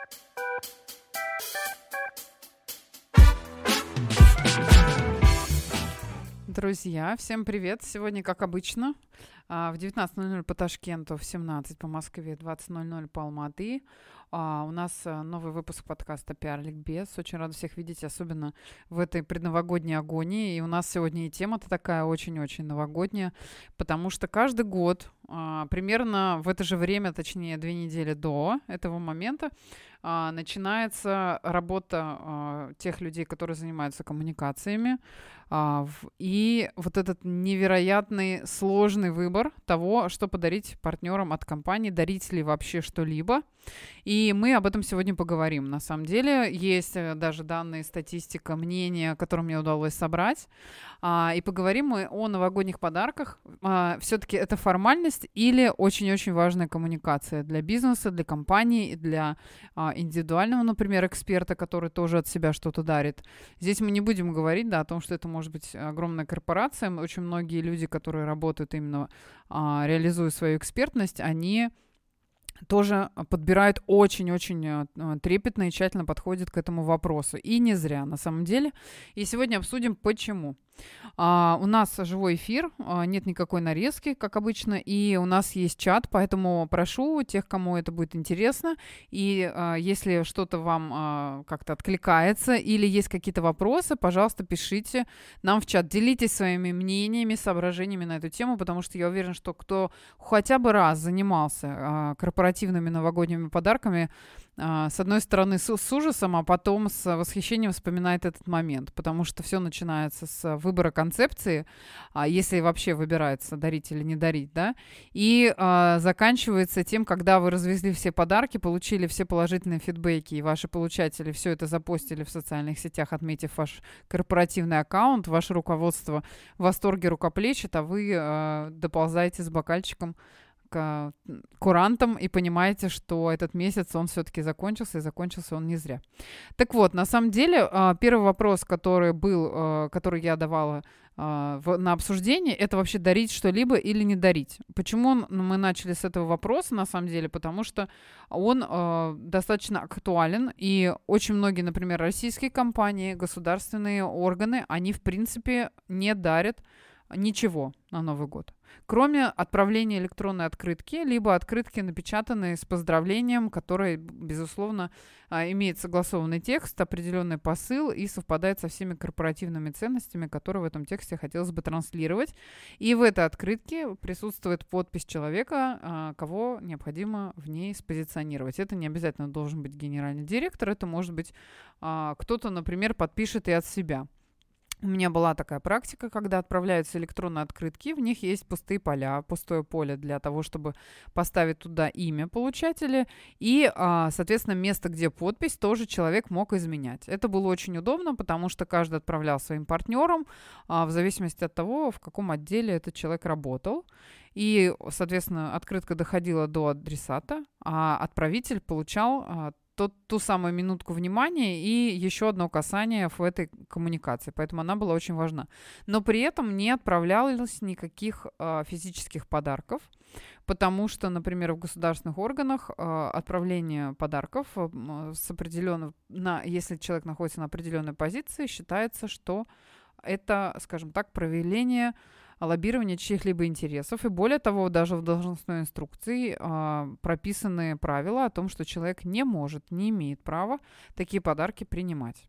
Друзья, всем привет! Сегодня, как обычно, в 19:00 по Ташкенту, в 17 по Москве, 20:00 по Алматы. У нас новый выпуск подкаста «Пиар-ликбез». Очень рада всех видеть, особенно в этой предновогодней агонии. И у нас сегодня и тема-то такая очень-очень новогодняя, потому что каждый год, примерно в это же время, точнее 2 недели до этого момента, начинается работа тех людей, которые занимаются коммуникациями. И вот этот невероятный сложный выбор того, что подарить партнерам от компании, дарить ли вообще что-либо. И мы об этом сегодня поговорим. На самом деле есть даже данные, статистика, мнения, которые мне удалось собрать. И поговорим мы о новогодних подарках. Все-таки это формальность или очень-очень важная коммуникация для бизнеса, для компании, для индивидуального, например, эксперта, который тоже от себя что-то дарит. Здесь мы не будем говорить, о том, что это может быть огромная корпорация. Очень многие люди, которые работают именно, реализуя свою экспертность, они тоже подбирают очень-очень трепетно и тщательно подходят к этому вопросу. И не зря, на самом деле. И сегодня обсудим, почему. У нас живой эфир, нет никакой нарезки, как обычно, и у нас есть чат, поэтому прошу тех, кому это будет интересно, и если что-то вам как-то откликается или есть какие-то вопросы, пожалуйста, пишите нам в чат, делитесь своими мнениями, соображениями на эту тему, потому что я уверена, что кто хотя бы раз занимался корпоративными новогодними подарками, с одной стороны с ужасом, а потом с восхищением вспоминает этот момент, потому что все начинается с выбора концепции, если вообще выбирается, дарить или не дарить, да, и заканчивается тем, когда вы развезли все подарки, получили все положительные фидбэки, и ваши получатели все это запостили в социальных сетях, отметив ваш корпоративный аккаунт, ваше руководство в восторге рукоплещет, а вы доползаете с бокальчиком к курантам и понимаете, что этот месяц он все-таки закончился, и закончился он не зря. Так вот, на самом деле, первый вопрос, который был, который я давала на обсуждение, это вообще дарить что-либо или не дарить. Почему мы начали с этого вопроса, на самом деле? Потому что он достаточно актуален, и очень многие, например, российские компании, государственные органы, они, в принципе, не дарят ничего на Новый год, кроме отправления электронной открытки, либо открытки, напечатанные с поздравлением, которой, безусловно, имеет согласованный текст, определенный посыл и совпадает со всеми корпоративными ценностями, которые в этом тексте хотелось бы транслировать. И в этой открытке присутствует подпись человека, кого необходимо в ней спозиционировать. Это не обязательно должен быть генеральный директор, это может быть кто-то, например, подпишет и от себя. У меня была такая практика, когда отправляются электронные открытки, в них есть пустые поля, пустое поле для того, чтобы поставить туда имя получателя, и, соответственно, место, где подпись, тоже человек мог изменять. Это было очень удобно, потому что каждый отправлял своим партнерам, в зависимости от того, в каком отделе этот человек работал. И, соответственно, открытка доходила до адресата, а отправитель получал ту самую минутку внимания и еще одно касание в этой коммуникации. Поэтому она была очень важна. Но при этом не отправлялось никаких физических подарков, потому что, например, в государственных органах отправление подарков с определенным, если человек находится на определенной позиции, считается, что это, скажем так, проявление лоббирования чьих-либо интересов. И более того, даже в должностной инструкции прописаны правила о том, что человек не может, не имеет права такие подарки принимать.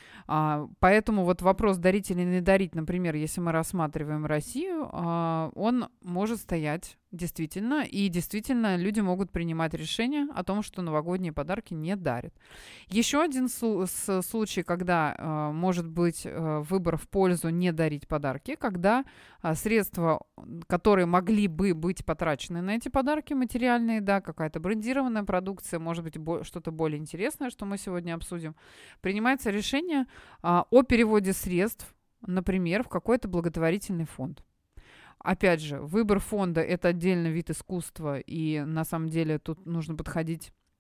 Поэтому вот вопрос дарить или не дарить, например, если мы рассматриваем Россию, он может стоять действительно, и действительно люди могут принимать решение о том, что новогодние подарки не дарят. Еще один случай, когда может быть выбор в пользу не дарить подарки, когда средства, которые могли бы быть потрачены на эти подарки материальные, да, какая-то брендированная продукция, может быть, что-то более интересное, что мы сегодня обсудим, принимается решение о переводе средств, например, в какой-то благотворительный фонд. Опять же, выбор фонда – это отдельный вид искусства, и на самом деле тут нужно подходить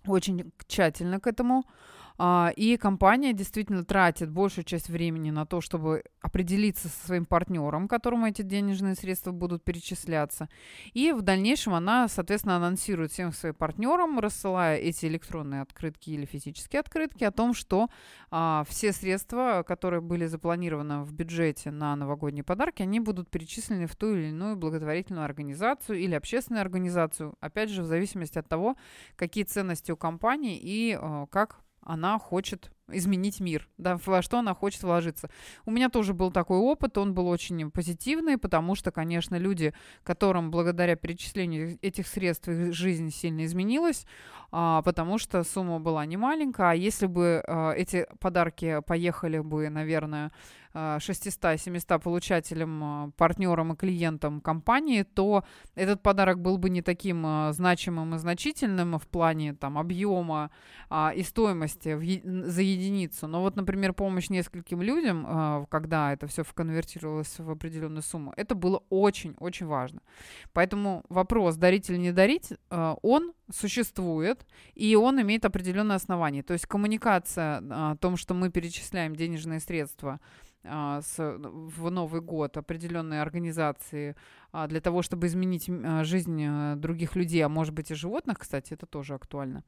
очень тщательно к этому. И компания действительно тратит большую часть времени на то, чтобы определиться со своим партнером, которому эти денежные средства будут перечисляться. И в дальнейшем она, соответственно, анонсирует всем своим партнерам, рассылая эти электронные открытки или физические открытки о том, что все средства, которые были запланированы в бюджете на новогодние подарки, они будут перечислены в ту или иную благотворительную организацию или общественную организацию, опять же, в зависимости от того, какие ценности у компании и как она хочет изменить мир, да, во что она хочет вложиться. У меня тоже был такой опыт, он был очень позитивный, потому что, конечно, люди, которым благодаря перечислению этих средств их жизнь сильно изменилась, потому что сумма была не маленькая, а если бы эти подарки поехали бы, наверное, 600-700 получателям, партнерам и клиентам компании, то этот подарок был бы не таким значимым и значительным в плане там, объема и стоимости за единицу. Но вот, например, помощь нескольким людям, когда это все конвертировалось в определенную сумму, это было очень-очень важно. Поэтому вопрос, дарить или не дарить, он существует, и он имеет определенные основания. То есть коммуникация о том, что мы перечисляем денежные средства в Новый год определенные организации для того, чтобы изменить жизнь других людей, а может быть и животных, кстати, это тоже актуально.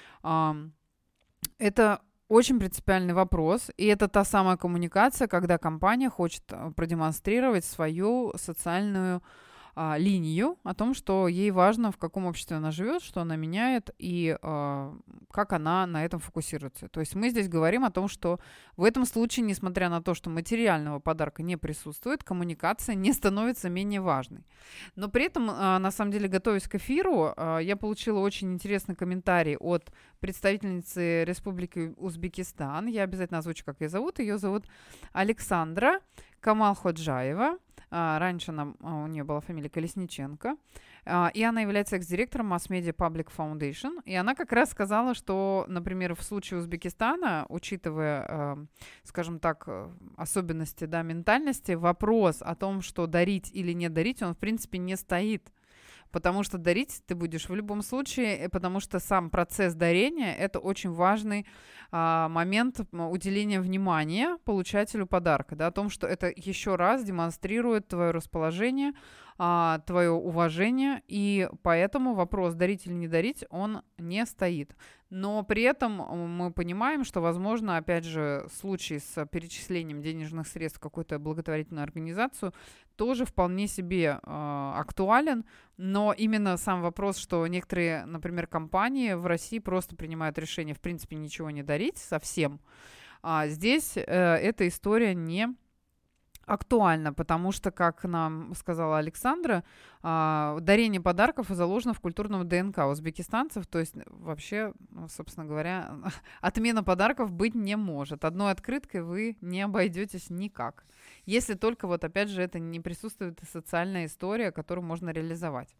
Это очень принципиальный вопрос, и это та самая коммуникация, когда компания хочет продемонстрировать свою социальную линию о том, что ей важно, в каком обществе она живет, что она меняет и как она на этом фокусируется. То есть мы здесь говорим о том, что в этом случае, несмотря на то, что материального подарка не присутствует, коммуникация не становится менее важной. Но при этом, на самом деле, готовясь к эфиру, я получила очень интересный комментарий от представительницы Республики Узбекистан. Я обязательно озвучу, как ее зовут. Ее зовут Александра Камалходжаева. Раньше у нее была фамилия Колесниченко. И она является экс-директором Mass Media Public Foundation. И она как раз сказала, что, например, в случае Узбекистана, учитывая, скажем так, особенности, да, ментальности, вопрос о том, что дарить или не дарить, он, в принципе, не стоит. Потому что дарить ты будешь в любом случае, потому что сам процесс дарения – это очень важный момент уделения внимания получателю подарка, да, о том, что это еще раз демонстрирует твое расположение, твое уважение, и поэтому вопрос дарить или не дарить, он не стоит. Но при этом мы понимаем, что, возможно, опять же, случай с перечислением денежных средств в какую-то благотворительную организацию тоже вполне себе актуален, но именно сам вопрос, что некоторые, например, компании в России просто принимают решение, в принципе, ничего не дарить совсем, здесь эта история не актуально, потому что, как нам сказала Александра, дарение подарков заложено в культурном ДНК узбекистанцев, то есть вообще, собственно говоря, отмена подарков быть не может. Одной открыткой вы не обойдетесь никак, если только, вот опять же, это не присутствует социальная история, которую можно реализовать.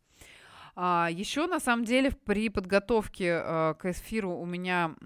Еще, на самом деле, при подготовке к эфиру у меня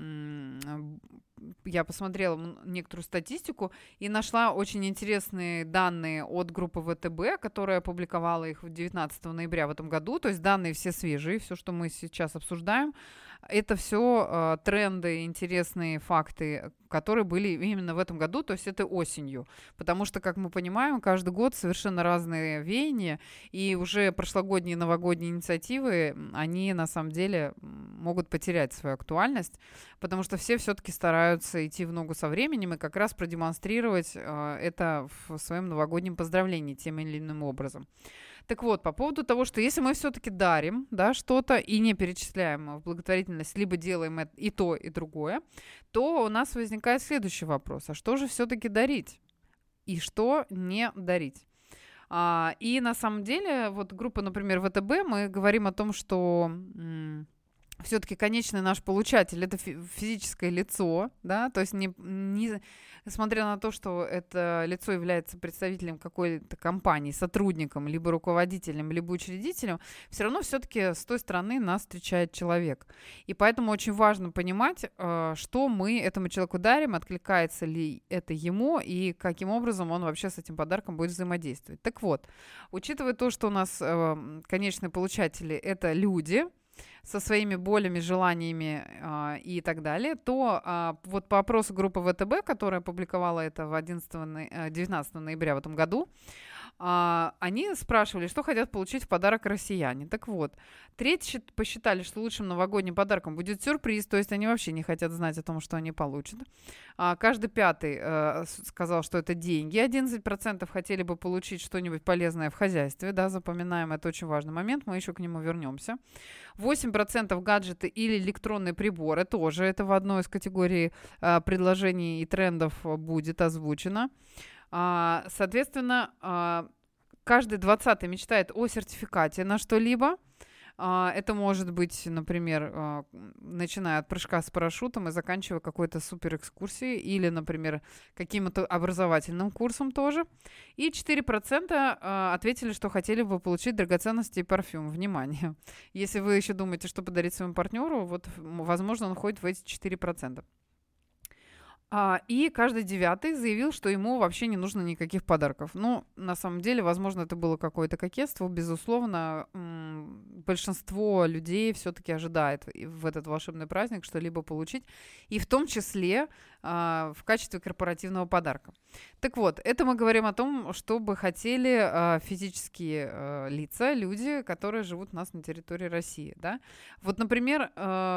я посмотрела некоторую статистику и нашла очень интересные данные от группы ВТБ, которая опубликовала их 19 ноября в этом году. То есть данные все свежие, все, что мы сейчас обсуждаем, это все тренды, интересные факты, которые были именно в этом году, то есть это осенью. Потому что, как мы понимаем, каждый год совершенно разные веяния, и уже прошлогодние новогодние инициативы, они на самом деле могут потерять свою актуальность, потому что все все-таки стараются идти в ногу со временем и как раз продемонстрировать это в своем новогоднем поздравлении тем или иным образом. Так вот, по поводу того, что если мы все-таки дарим, да, что-то и не перечисляем в благотворительность, либо делаем и то, и другое, то у нас возникает следующий вопрос. А что же все-таки дарить? И что не дарить? И на самом деле, вот группа, например, ВТБ, мы говорим о том, что все-таки конечный наш получатель – это физическое лицо, да, то есть несмотря на то, что это лицо является представителем какой-то компании, сотрудником, либо руководителем, либо учредителем, все равно все-таки с той стороны нас встречает человек. И поэтому очень важно понимать, что мы этому человеку дарим, откликается ли это ему и каким образом он вообще с этим подарком будет взаимодействовать. Так вот, учитывая то, что у нас конечные получатели – это люди, со своими болями, желаниями и так далее, то вот по опросу группы ВТБ, которая опубликовала это 19 ноября в этом году, они спрашивали, что хотят получить в подарок россияне. Так вот, треть посчитали, что лучшим новогодним подарком будет сюрприз, то есть они вообще не хотят знать о том, что они получат. Каждый пятый сказал, что это деньги. 11% хотели бы получить что-нибудь полезное в хозяйстве. Да, запоминаем, это очень важный момент, мы еще к нему вернемся. 8% гаджеты или электронные приборы, тоже это в одной из категорий предложений и трендов будет озвучено. Соответственно, каждый 20-й мечтает о сертификате на что-либо. Это может быть, например, начиная от прыжка с парашютом и заканчивая какой-то суперэкскурсией или, например, каким-то образовательным курсом тоже. И 4% ответили, что хотели бы получить драгоценности и парфюм. Внимание! Если вы еще думаете, что подарить своему партнеру, вот, возможно, он входит в эти 4%. И каждый 9-й заявил, что ему вообще не нужно никаких подарков. Ну, на самом деле, возможно, это было какое-то кокетство. Безусловно, большинство людей все-таки ожидает в этот волшебный праздник что-либо получить. И в том числе в качестве корпоративного подарка. Так вот, это мы говорим о том, что бы хотели физические лица, люди, которые живут у нас на территории России. Да? Вот, например,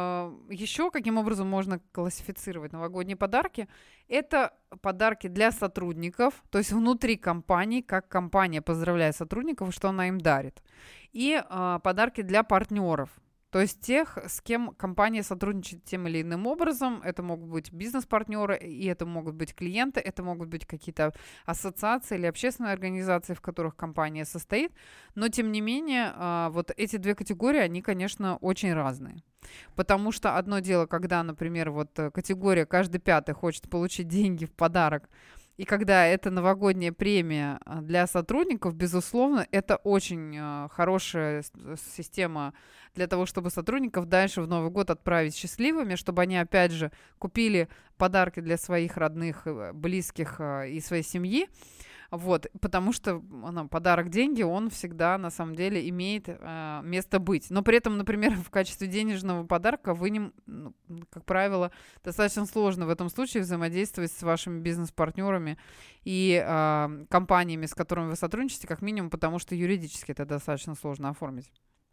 еще каким образом можно классифицировать новогодние подарки? Это подарки для сотрудников, то есть внутри компании, как компания поздравляет сотрудников, что она им дарит. И подарки для партнеров. То есть тех, с кем компания сотрудничает тем или иным образом. Это могут быть бизнес-партнеры, и это могут быть клиенты, это могут быть какие-то ассоциации или общественные организации, в которых компания состоит. Но, тем не менее, вот эти две категории, они, конечно, очень разные. Потому что одно дело, когда, например, вот категория каждый пятый хочет получить деньги в подарок, и когда это новогодняя премия для сотрудников, безусловно, это очень хорошая система для того, чтобы сотрудников дальше в Новый год отправить счастливыми, чтобы они, опять же, купили подарки для своих родных, близких и своей семьи. Вот, потому что подарок деньги, он всегда на самом деле имеет место быть. Но при этом, например, в качестве денежного подарка вы, как правило, достаточно сложно в этом случае взаимодействовать с вашими бизнес-партнерами и компаниями, с которыми вы сотрудничаете, как минимум, потому что юридически это достаточно сложно оформить.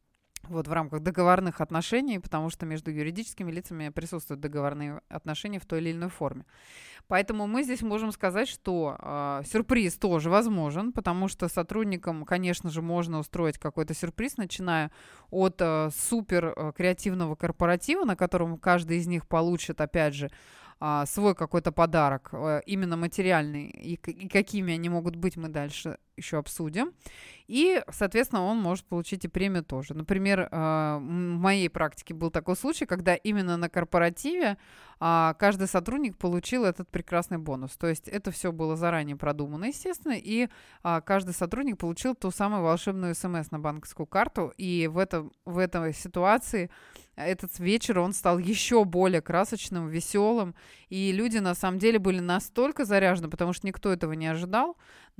Вот в рамках договорных отношений, потому что между юридическими лицами присутствуют договорные отношения в той или иной форме. Поэтому мы здесь можем сказать, что сюрприз тоже возможен, потому что сотрудникам, конечно же, можно устроить какой-то сюрприз, начиная от супер креативного корпоратива, на котором каждый из них получит, опять же, свой какой-то подарок, именно материальный, и какими они могут быть, мы дальше еще обсудим. И, соответственно, он может получить и премию тоже. Например, в моей практике был такой случай, когда именно на корпоративе каждый сотрудник получил этот прекрасный бонус. То есть это все было заранее продумано, естественно, и каждый сотрудник получил ту самую волшебную СМС на банковскую карту. И в этой ситуации этот вечер, он стал еще более красочным, веселым. И люди, на самом деле, были настолько заряжены, потому что никто этого не ожидал.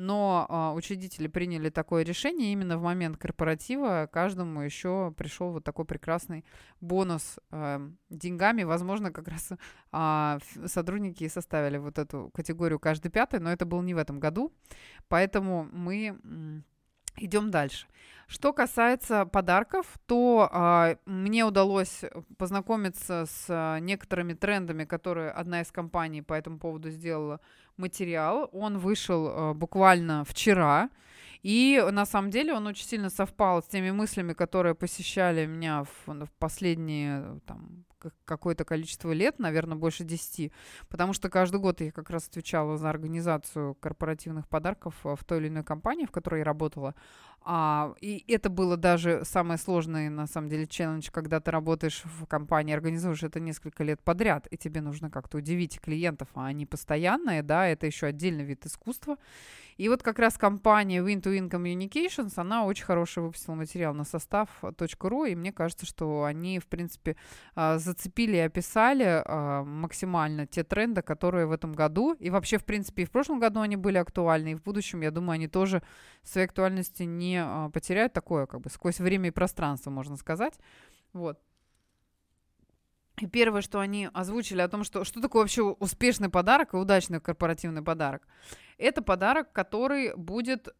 Но учредители приняли такое решение. Именно в момент корпоратива каждому еще пришел вот такой прекрасный бонус деньгами. Возможно, как раз сотрудники и составили вот эту категорию каждый пятый, но это было не в этом году. Поэтому мы идем дальше. Что касается подарков, то мне удалось познакомиться с некоторыми трендами, которые одна из компаний по этому поводу сделала материал. Он вышел буквально вчера. И на самом деле он очень сильно совпал с теми мыслями, которые посещали меня в последние какое-то количество лет, наверное, больше 10, потому что каждый год я как раз отвечала за организацию корпоративных подарков в той или иной компании, в которой я работала. И это было даже самый сложный, на самом деле, челлендж, когда ты работаешь в компании, организуешь это несколько лет подряд, и тебе нужно как-то удивить клиентов, а они постоянные, да, это еще отдельный вид искусства. И вот как раз компания Win2Win Communications, она очень хороший выпустила материал на состав.ру, и мне кажется, что они, в принципе, зацепили и описали максимально те тренды, которые в этом году, и вообще, в принципе, и в прошлом году они были актуальны, и в будущем, я думаю, они тоже своей актуальности не потеряют, такое как бы сквозь время и пространство, можно сказать. Вот. И первое, что они озвучили о том, что такое вообще успешный подарок и удачный корпоративный подарок. Это подарок, который будет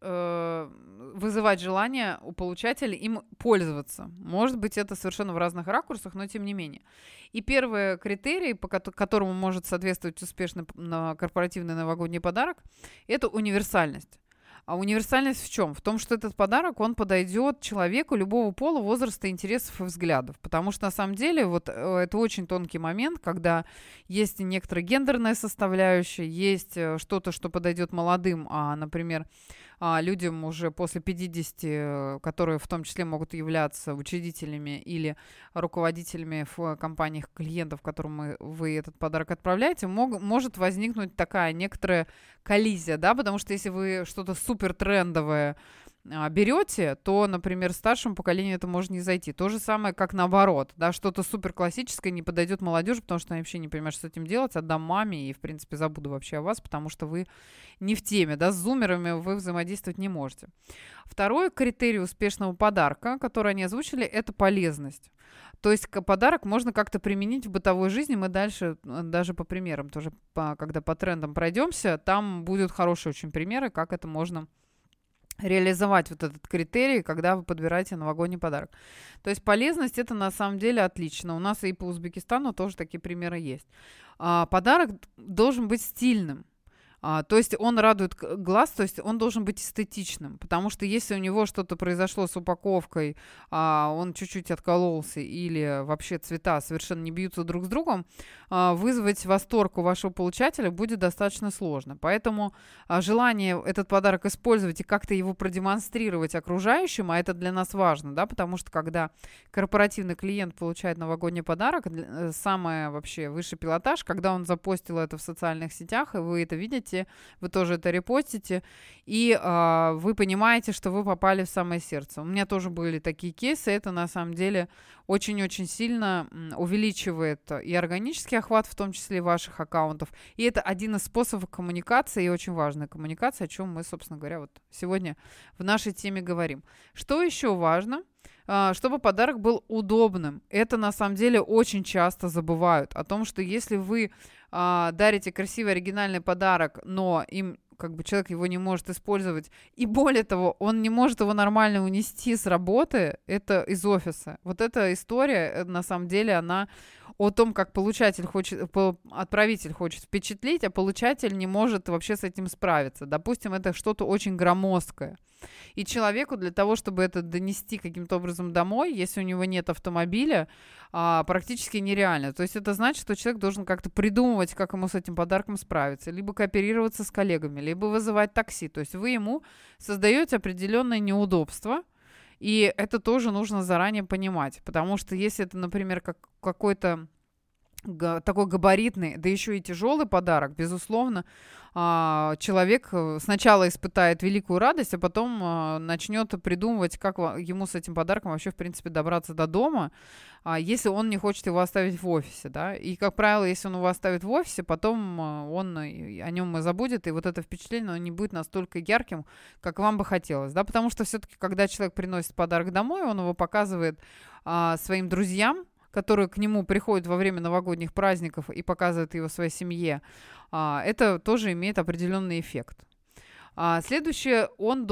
вызывать желание у получателя им пользоваться. Может быть, это совершенно в разных ракурсах, но тем не менее. И первый критерий, по которому может соответствовать успешный корпоративный новогодний подарок, это универсальность. А универсальность в чем? В том, что этот подарок, он подойдет человеку любого пола, возраста, интересов и взглядов. Потому что, на самом деле, вот это очень тонкий момент, когда есть некоторая гендерная составляющая, есть что-то, что подойдет молодым, например, людям уже после 50, которые в том числе могут являться учредителями или руководителями в компаниях клиентов, которым вы этот подарок отправляете, может возникнуть такая некоторая коллизия, да, потому что если вы что-то супер трендовое берете, то, например, старшему поколению это может не зайти. То же самое, как наоборот, да, что-то супер классическое не подойдет молодежи, потому что они вообще не понимают, что с этим делать, отдам маме и, в принципе, забуду вообще о вас, потому что вы не в теме, да, с зумерами вы взаимодействовать не можете. Второй критерий успешного подарка, который они озвучили, это полезность. То есть подарок можно как-то применить в бытовой жизни. Мы дальше, даже по примерам, тоже когда по трендам пройдемся, там будут хорошие очень примеры, как это можно реализовать вот этот критерий, когда вы подбираете новогодний подарок. То есть полезность это на самом деле отлично. У нас и по Узбекистану тоже такие примеры есть. Подарок должен быть стильным. То есть он радует глаз, то есть он должен быть эстетичным, потому что если у него что-то произошло с упаковкой, он чуть-чуть откололся или вообще цвета совершенно не бьются друг с другом, вызвать восторг у вашего получателя будет достаточно сложно. Поэтому желание этот подарок использовать и как-то его продемонстрировать окружающим, а это для нас важно, да, потому что когда корпоративный клиент получает новогодний подарок, самый вообще высший пилотаж, когда он запостил это в социальных сетях, и вы это видите, вы тоже это репостите, и вы понимаете, что вы попали в самое сердце. У меня тоже были такие кейсы, это на самом деле очень-очень сильно увеличивает и органический охват, в том числе и ваших аккаунтов, и это один из способов коммуникации, и очень важная коммуникация, о чем мы, собственно говоря, вот сегодня в нашей теме говорим. Что еще важно? Чтобы подарок был удобным. Это на самом деле очень часто забывают о том, что если вы дарите красивый оригинальный подарок, но им как бы человек его не может использовать, и более того, он не может его нормально унести с работы, это из офиса. Вот эта история, на самом деле, она о том, как отправитель хочет впечатлить, а получатель не может вообще с этим справиться. Допустим, это что-то очень громоздкое. И человеку для того, чтобы это донести каким-то образом домой, если у него нет автомобиля, практически нереально. То есть это значит, что человек должен как-то придумывать, как ему с этим подарком справиться, либо кооперироваться с коллегами, либо вызывать такси. То есть вы ему создаете определенное неудобство, и это тоже нужно заранее понимать, потому что если это, например, какой-то такой габаритный, да еще и тяжелый подарок, безусловно, человек сначала испытает великую радость, а потом начнет придумывать, как ему с этим подарком вообще, в принципе, добраться до дома, если он не хочет его оставить в офисе, да. И, как правило, если он его оставит в офисе, потом он о нем и забудет, и вот это впечатление, оно не будет настолько ярким, как вам бы хотелось, да, потому что все-таки, когда человек приносит подарок домой, он его показывает своим друзьям, которые к нему приходят во время новогодних праздников и показывают его своей семье, это тоже имеет определенный эффект. Следующее,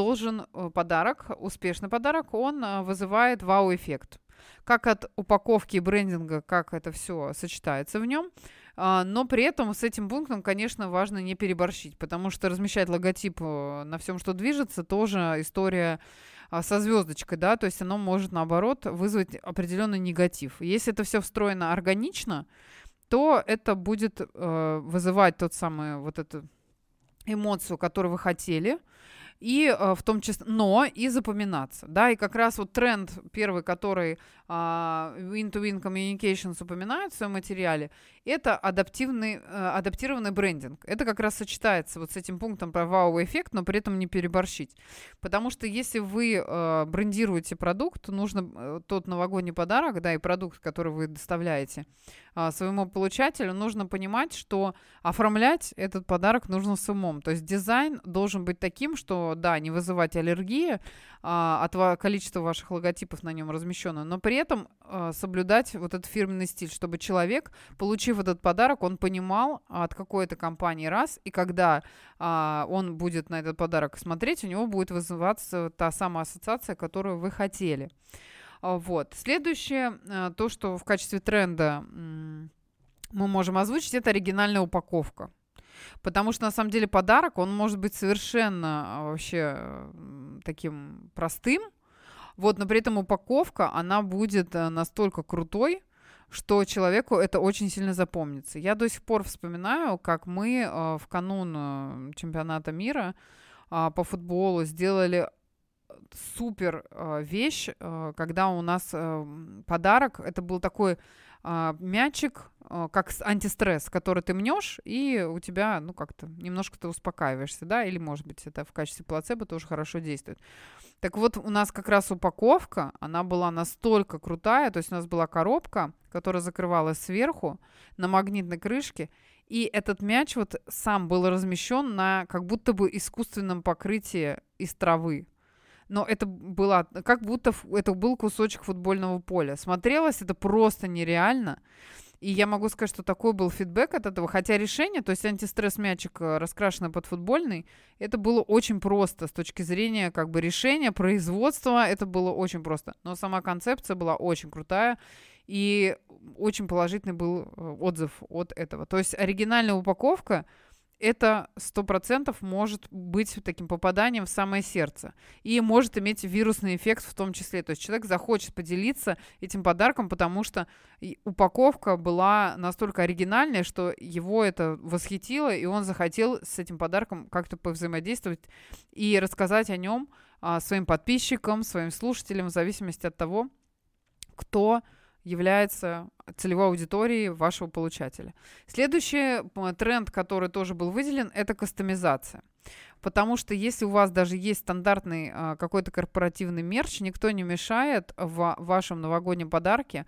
успешный подарок, он вызывает вау-эффект. Как от упаковки и брендинга, как это все сочетается в нем. Но при этом с этим пунктом, конечно, важно не переборщить, потому что размещать логотип на всем, что движется, тоже история со звездочкой, да, то есть оно может, наоборот, вызвать определенный негатив. Если это все встроено органично, то это будет вызывать тот самый вот эту эмоцию, которую вы хотели, и в том числе, но и запоминаться, да, и как раз вот тренд первый, который Win-to-Win Communications упоминает в своем материале, это адаптированный брендинг. Это как раз сочетается вот с этим пунктом про вау-эффект, но при этом не переборщить. Потому что если вы брендируете продукт, нужно тот новогодний подарок, да, и продукт, который вы доставляете своему получателю, нужно понимать, что оформлять этот подарок нужно с умом. То есть дизайн должен быть таким, что, да, не вызывать аллергии от количества ваших логотипов на нем размещено, но при этом соблюдать вот этот фирменный стиль, чтобы человек, получив этот подарок, он понимал от какой это компании раз, и когда он будет на этот подарок смотреть, у него будет вызываться та самая ассоциация, которую вы хотели. Вот. Следующее, то, что в качестве тренда мы можем озвучить, это оригинальная упаковка. Потому что, на самом деле, подарок, он может быть совершенно вообще таким простым, вот, но при этом упаковка, она будет настолько крутой, что человеку это очень сильно запомнится. Я до сих пор вспоминаю, как мы в канун чемпионата мира по футболу сделали супер вещь, когда у нас подарок, это был такой мячик, как антистресс, который ты мнешь, и у тебя, ну, как-то немножко ты успокаиваешься, да, или, может быть, это в качестве плацебо тоже хорошо действует. Так вот, у нас как раз упаковка, она была настолько крутая, то есть у нас была коробка, которая закрывалась сверху на магнитной крышке, и этот мяч вот сам был размещен на как будто бы искусственном покрытии из травы. Но это было, как будто это был кусочек футбольного поля. Смотрелось это просто нереально. И я могу сказать, что такой был фидбэк от этого. Хотя решение, то есть антистресс-мячик, раскрашенный под футбольный, это было очень просто с точки зрения как бы решения, производства. Это было очень просто. Но сама концепция была очень крутая. И очень положительный был отзыв от этого. То есть оригинальная упаковка, это 100% может быть таким попаданием в самое сердце. И может иметь вирусный эффект в том числе. То есть человек захочет поделиться этим подарком, потому что упаковка была настолько оригинальная, что его это восхитило, и он захотел с этим подарком как-то повзаимодействовать и рассказать о нем своим подписчикам, своим слушателям, в зависимости от того, кто является целевой аудиторией вашего получателя. Следующий тренд, который тоже был выделен, это кастомизация. Потому что если у вас даже есть стандартный какой-то корпоративный мерч, никто не мешает в вашем новогоднем подарке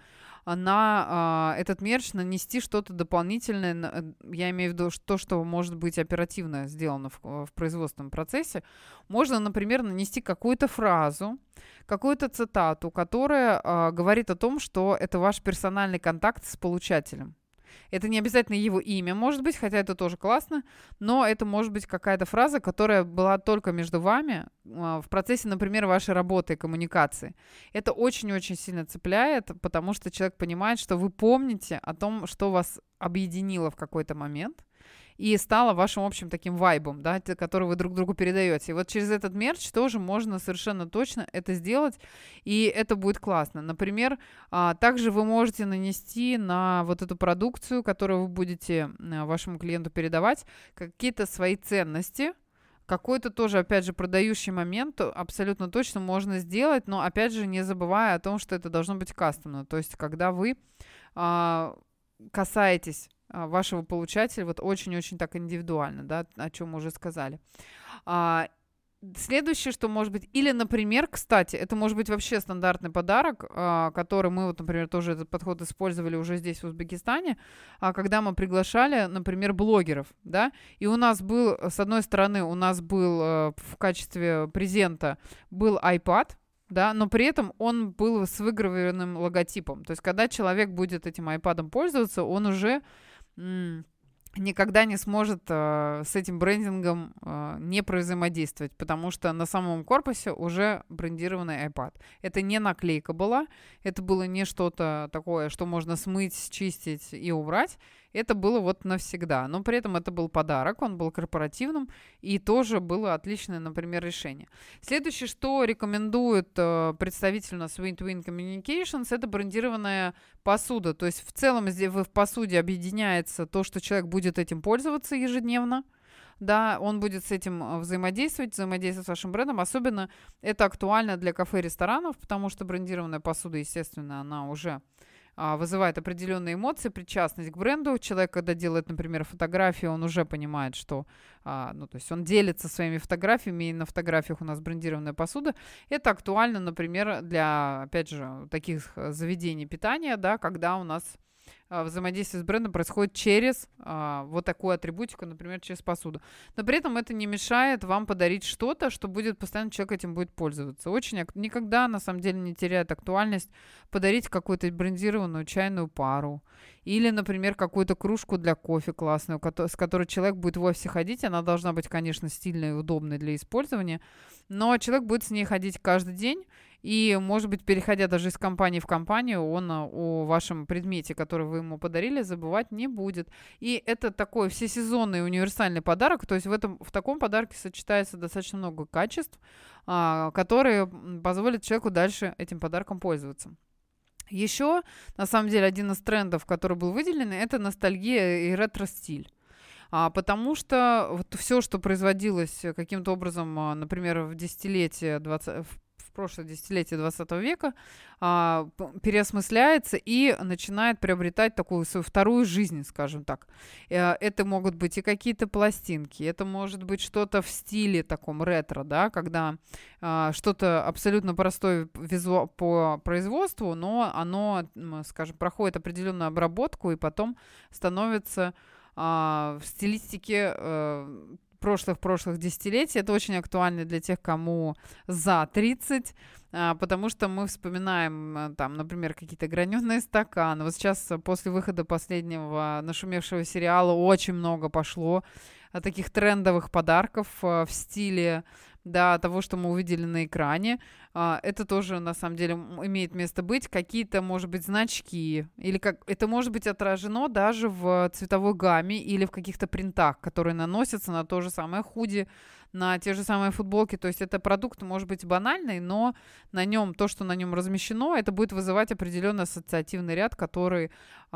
на этот мерч нанести что-то дополнительное. Я имею в виду то, что может быть оперативно сделано в производственном процессе. Можно, например, нанести какую-то фразу, какую-то цитату, которая говорит о том, что это ваш персональный контакт с получателем. Это не обязательно его имя, может быть, хотя это тоже классно, но это может быть какая-то фраза, которая была только между вами в процессе, например, вашей работы и коммуникации. Это очень-очень сильно цепляет, потому что человек понимает, что вы помните о том, что вас объединило в какой-то момент, и стало вашим общим таким вайбом, да, который вы друг другу передаете. И вот через этот мерч тоже можно совершенно точно это сделать, и это будет классно. Например, также вы можете нанести на вот эту продукцию, которую вы будете вашему клиенту передавать, какие-то свои ценности, какой-то тоже, опять же, продающий момент абсолютно точно можно сделать, но, опять же, не забывая о том, что это должно быть кастомно. То есть, когда вы касаетесь вашего получателя вот очень-очень так индивидуально, да, о чем мы уже сказали. Следующее, что может быть, или, например, кстати, это может быть вообще стандартный подарок, который мы, вот, например, тоже этот подход использовали уже здесь, в Узбекистане, когда мы приглашали, например, блогеров, да, и у нас был, с одной стороны, у нас был в качестве презента был iPad, да, но при этом он был с выгравированным логотипом. То есть, когда человек будет этим iPad'ом пользоваться, он уже никогда не сможет с этим брендингом не взаимодействовать, потому что на самом корпусе уже брендированный iPad. Это не наклейка была, это было не что-то такое, что можно смыть, чистить и убрать. Это было вот навсегда. Но при этом это был подарок, он был корпоративным, и тоже было отличное, например, решение. Следующее, что рекомендует представитель у нас Win-to-Win Communications, это брендированная посуда. То есть в целом здесь в посуде объединяется то, что человек будет этим пользоваться ежедневно, да, он будет с этим взаимодействовать с вашим брендом. Особенно это актуально для кафе и ресторанов, потому что брендированная посуда, естественно, она уже вызывает определенные эмоции, причастность к бренду. Человек, когда делает, например, фотографии, он уже понимает, что, ну, то есть он делится своими фотографиями, и на фотографиях у нас брендированная посуда. Это актуально, например, для, опять же, таких заведений питания, да, когда у нас взаимодействие с брендом происходит через вот такую атрибутику, например, через посуду. Но при этом это не мешает вам подарить что-то, что будет постоянно человек этим будет пользоваться. Никогда, на самом деле, не теряет актуальность подарить какую-то брендированную чайную пару или, например, какую-то кружку для кофе классную, с которой человек будет в офисе ходить. Она должна быть, конечно, стильной и удобной для использования, но человек будет с ней ходить каждый день. И, может быть, переходя даже из компании в компанию, он о вашем предмете, который вы ему подарили, забывать не будет. И это такой всесезонный универсальный подарок. То есть в таком подарке сочетается достаточно много качеств, которые позволят человеку дальше этим подарком пользоваться. Еще, на самом деле, один из трендов, который был выделен, это ностальгия и ретро-стиль. Потому что вот все, что производилось каким-то образом, например, в прошлое десятилетие 20 века, переосмысляется и начинает приобретать такую свою вторую жизнь, скажем так. Это могут быть и какие-то пластинки, это может быть что-то в стиле таком ретро, да, когда что-то абсолютно простое по производству, но оно, скажем, проходит определенную обработку и потом становится в стилистике прошлых десятилетий. Это очень актуально для тех, кому за 30, потому что мы вспоминаем, там, например, какие-то граненые стаканы. Вот сейчас после выхода последнего нашумевшего сериала очень много пошло таких трендовых подарков в стиле, да, того, что мы увидели на экране. Это тоже, на самом деле, имеет место быть. Какие-то, может быть, значки. Или это может быть отражено даже в цветовой гамме или в каких-то принтах, которые наносятся на то же самое худи, на те же самые футболки. То есть это продукт, может быть, банальный, но то, что на нем размещено, это будет вызывать определенный ассоциативный ряд, который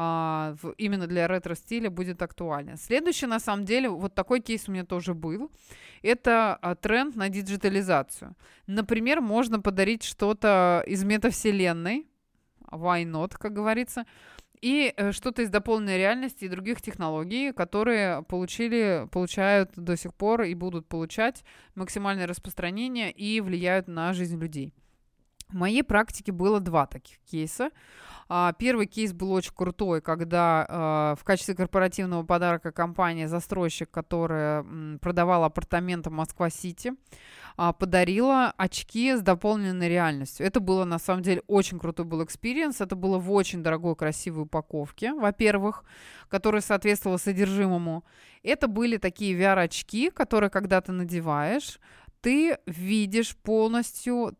именно для ретро-стиля будет актуален. Следующий, на самом деле, вот такой кейс у меня тоже был. Это тренд на диджитализацию. Например, можно подарить что-то из метавселенной, why not, как говорится, и что-то из дополненной реальности и других технологий, которые получают до сих пор и будут получать максимальное распространение и влияют на жизнь людей. В моей практике было 2 таких кейса. Первый кейс был очень крутой, когда в качестве корпоративного подарка компания-застройщик, которая продавала апартаменты в Москва-Сити, подарила очки с дополненной реальностью. Это было, на самом деле, очень крутой был экспириенс. Это было в очень дорогой, красивой упаковке, во-первых, которая соответствовала содержимому. Это были такие VR-очки, которые, когда ты надеваешь, ты видишь полностью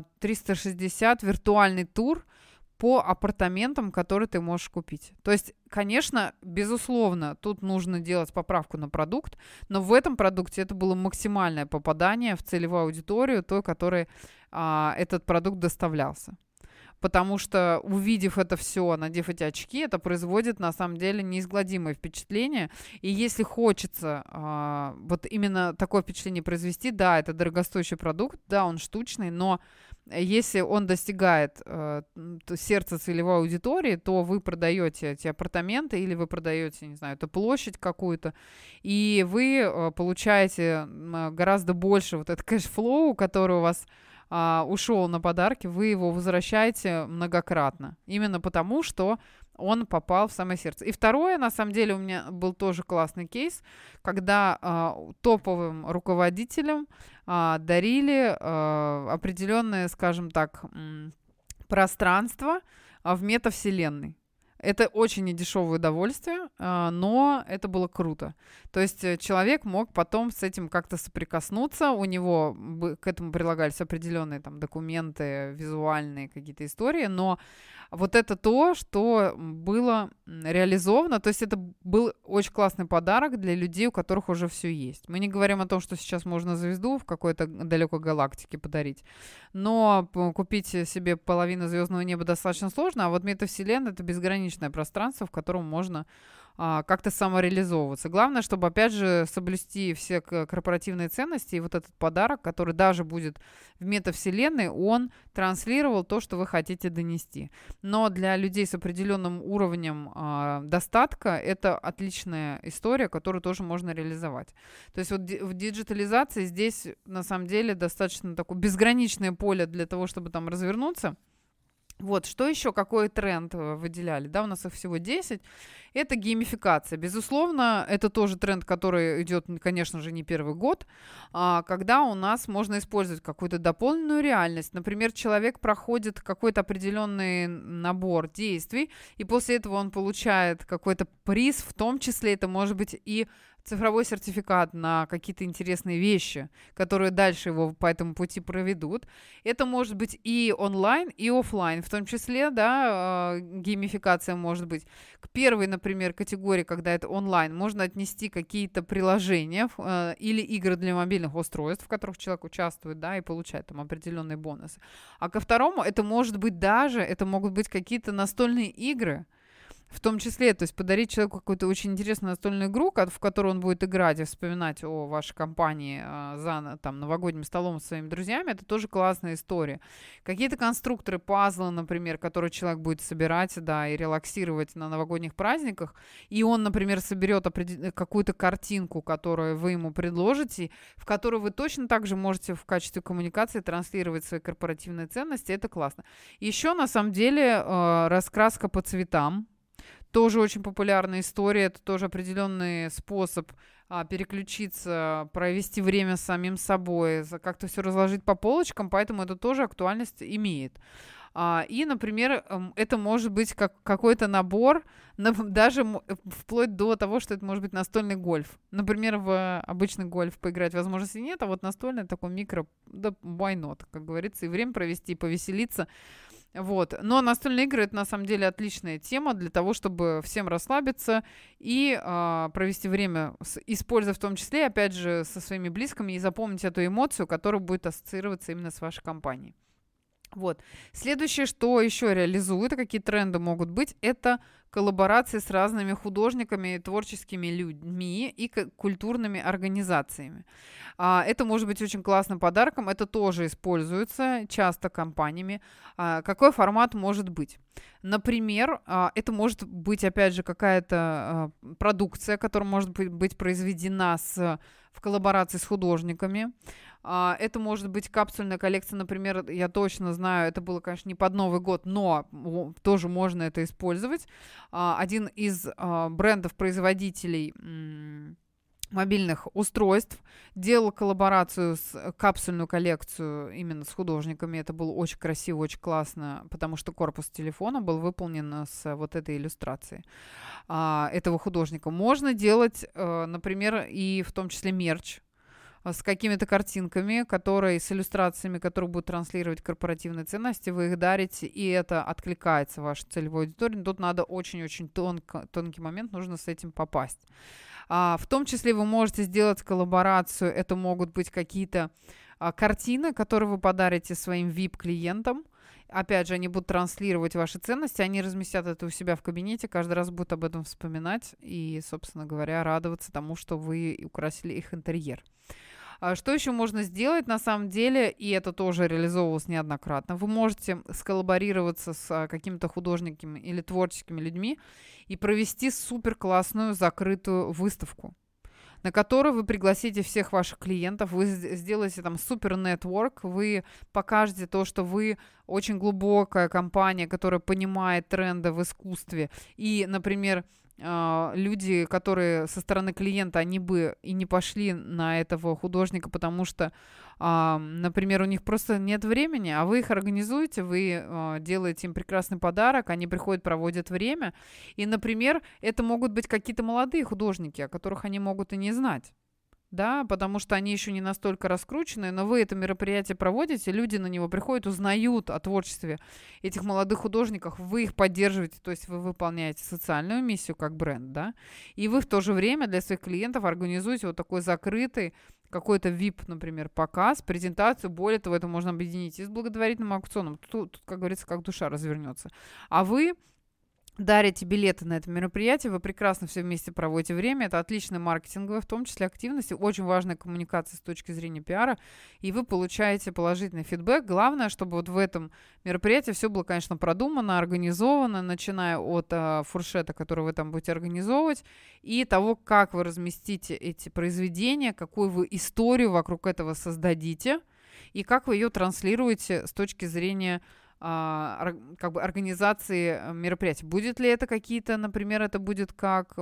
360 виртуальный тур по апартаментам, которые ты можешь купить. То есть, конечно, безусловно, тут нужно делать поправку на продукт, но в этом продукте это было максимальное попадание в целевую аудиторию, той, которой этот продукт доставлялся. Потому что, увидев это все, надев эти очки, это производит, на самом деле, неизгладимое впечатление. И если хочется вот именно такое впечатление произвести, да, это дорогостоящий продукт, да, он штучный, но если он достигает сердца целевой аудитории, то вы продаете эти апартаменты или вы продаете, не знаю, эту площадь какую-то, и вы получаете гораздо больше вот этот кэшфлоу, который у вас ушел на подарки, вы его возвращаете многократно. Именно потому, что он попал в самое сердце. И второе, на самом деле, у меня был тоже классный кейс, когда топовым руководителям дарили определенное, скажем так, пространство в метавселенной. Это очень недешевое удовольствие, но это было круто. То есть человек мог потом с этим как-то соприкоснуться, у него к этому прилагались определенные там документы, визуальные какие-то истории, но вот это то, что было реализовано, то есть это был очень классный подарок для людей, у которых уже все есть. Мы не говорим о том, что сейчас можно звезду в какой-то далекой галактике подарить, но купить себе половину звездного неба достаточно сложно, а вот метавселенная — это безграничное пространство, в котором можно как-то самореализовываться. Главное, чтобы, опять же, соблюсти все корпоративные ценности, и вот этот подарок, который даже будет в метавселенной, он транслировал то, что вы хотите донести. Но для людей с определенным уровнем достатка это отличная история, которую тоже можно реализовать. То есть вот в диджитализации здесь, на самом деле, достаточно такое безграничное поле для того, чтобы там развернуться. Вот, что еще, какой тренд выделяли? Да, у нас их всего 10. Это геймификация. Безусловно, это тоже тренд, который идет, конечно же, не первый год, когда у нас можно использовать какую-то дополненную реальность. Например, человек проходит какой-то определенный набор действий, и после этого он получает какой-то приз, в том числе это может быть и цифровой сертификат на какие-то интересные вещи, которые дальше его по этому пути проведут. Это может быть и онлайн, и офлайн, в том числе, да, геймификация может быть. К первой, например, категории, когда это онлайн, можно отнести какие-то приложения или игры для мобильных устройств, в которых человек участвует, да, и получает там определенные бонусы. А ко второму, это может быть даже, это могут быть какие-то настольные игры, в том числе, то есть подарить человеку какую-то очень интересную настольную игру, в которую он будет играть и вспоминать о вашей компании за там, новогодним столом со своими друзьями, это тоже классная история. Какие-то конструкторы, пазлы, например, которые человек будет собирать, да, и релаксировать на новогодних праздниках, и он, например, соберет какую-то картинку, которую вы ему предложите, в которую вы точно так же можете в качестве коммуникации транслировать свои корпоративные ценности, это классно. Еще, на самом деле, раскраска по цветам, тоже очень популярная история, это тоже определенный способ переключиться, провести время с самим собой, как-то все разложить по полочкам, поэтому это тоже актуальность имеет. И, например, это может быть какой-то набор, даже вплоть до того, что это может быть настольный гольф. Например, в обычный гольф поиграть возможности нет, а вот настольный такой микро, да, why not, как говорится, и время провести, и повеселиться. Вот. Но настольные игры — это на самом деле отличная тема для того, чтобы всем расслабиться и провести время, используя в том числе, опять же, со своими близкими и запомнить эту эмоцию, которая будет ассоциироваться именно с вашей компанией. Вот. Следующее, что еще реализуют, какие тренды могут быть, это коллаборации с разными художниками, творческими людьми и культурными организациями. Это может быть очень классным подарком, это тоже используется часто компаниями. Какой формат может быть? Например, это может быть, опять же, какая-то продукция, которая может быть произведена в коллаборации с художниками. Это может быть капсульная коллекция, например, я точно знаю, это было, конечно, не под Новый год, но тоже можно это использовать. Один из брендов-производителей мобильных устройств делал коллаборацию с капсульную коллекцию именно с художниками. Это было очень красиво, очень классно, потому что корпус телефона был выполнен с вот этой иллюстрацией этого художника. Можно делать, например, и в том числе мерч с какими-то картинками, которые с иллюстрациями, которые будут транслировать корпоративные ценности, вы их дарите, и это откликается вашей целевой аудитории. Тут надо очень-очень тонкий момент, нужно с этим попасть. В том числе вы можете сделать коллаборацию, это могут быть какие-то картины, которые вы подарите своим VIP-клиентам. Опять же, они будут транслировать ваши ценности, они разместят это у себя в кабинете, каждый раз будут об этом вспоминать и, собственно говоря, радоваться тому, что вы украсили их интерьер. Что еще можно сделать на самом деле, и это тоже реализовывалось неоднократно, вы можете сколлаборироваться с какими-то художниками или творческими людьми и провести супер классную закрытую выставку, на которую вы пригласите всех ваших клиентов, вы сделаете там супер нетворк, вы покажете то, что вы очень глубокая компания, которая понимает тренды в искусстве, и, например, люди, которые со стороны клиента, они бы и не пошли на этого художника, потому что, например, у них просто нет времени, а вы их организуете, вы делаете им прекрасный подарок, они приходят, проводят время, и, например, это могут быть какие-то молодые художники, о которых они могут и не знать. Да, потому что они еще не настолько раскручены, но вы это мероприятие проводите, люди на него приходят, узнают о творчестве этих молодых художников, вы их поддерживаете, то есть вы выполняете социальную миссию как бренд, да, и вы в то же время для своих клиентов организуете вот такой закрытый какой-то VIP, например, показ, презентацию, более того, это можно объединить и с благотворительным аукционом, тут как говорится, как душа развернется, а вы дарите билеты на это мероприятие, вы прекрасно все вместе проводите время, это отличная маркетинговая, в том числе активность, очень важная коммуникация с точки зрения пиара, и вы получаете положительный фидбэк. Главное, чтобы вот в этом мероприятии все было, конечно, продумано, организовано, начиная от фуршета, который вы там будете организовывать, и того, как вы разместите эти произведения, какую вы историю вокруг этого создадите, и как вы ее транслируете с точки зрения как бы организации мероприятий. Будет ли это какие-то, например, это будет как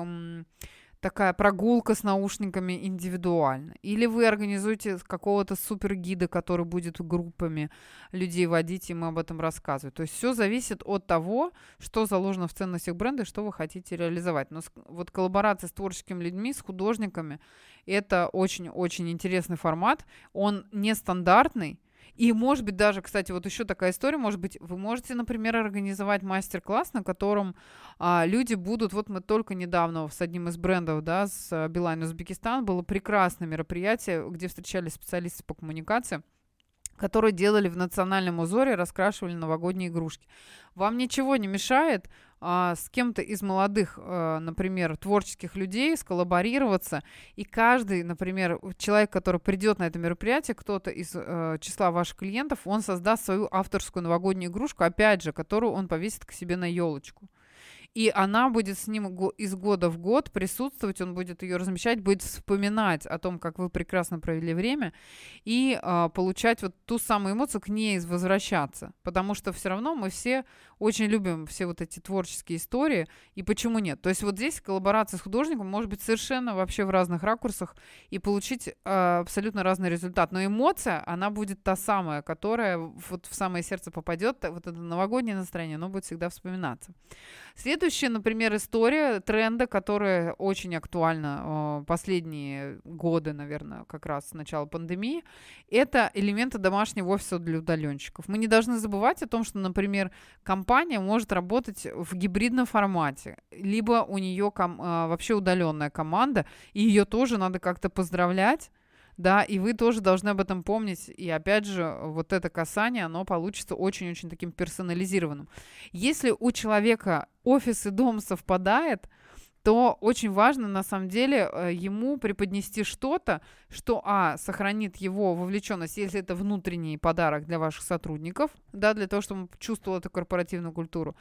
такая прогулка с наушниками индивидуально. Или вы организуете какого-то супергида, который будет группами людей водить, и мы об этом рассказываем. То есть все зависит от того, что заложено в ценностях бренда и что вы хотите реализовать. Но вот коллаборация с творческими людьми, с художниками, это очень-очень интересный формат. Он нестандартный. И, может быть, даже, кстати, вот еще такая история, может быть, вы можете, например, организовать мастер-класс, на котором люди будут, вот мы только недавно с одним из брендов, да, с Билайн Узбекистан, было прекрасное мероприятие, где встречались специалисты по коммуникации, которые делали в национальном узоре, раскрашивали новогодние игрушки. Вам ничего не мешает с кем-то из молодых, например, творческих людей сколлаборироваться, и каждый, например, человек, который придет на это мероприятие, кто-то из числа ваших клиентов, он создаст свою авторскую новогоднюю игрушку, опять же, которую он повесит к себе на елочку. И она будет с ним из года в год присутствовать, он будет ее размещать, будет вспоминать о том, как вы прекрасно провели время, и получать вот ту самую эмоцию, к ней возвращаться. Потому что все равно мы все очень любим все вот эти творческие истории, и почему нет? То есть вот здесь коллаборация с художником может быть совершенно вообще в разных ракурсах и получить абсолютно разный результат. Но эмоция, она будет та самая, которая вот в самое сердце попадет, вот это новогоднее настроение, оно будет всегда вспоминаться. Следующая, например, история тренда, которая очень актуальна последние годы, наверное, как раз с начала пандемии, это элементы домашнего офиса для удаленщиков. Мы не должны забывать о том, что, например, компания может работать в гибридном формате, либо у нее вообще удаленная команда, и ее тоже надо как-то поздравлять. Да, и вы тоже должны об этом помнить. И опять же, вот это касание, оно получится очень-очень таким персонализированным. Если у человека офис и дом совпадает, то очень важно, на самом деле, ему преподнести что-то, что, сохранит его вовлеченность, если это внутренний подарок для ваших сотрудников, да, для того, чтобы он чувствовал эту корпоративную культуру.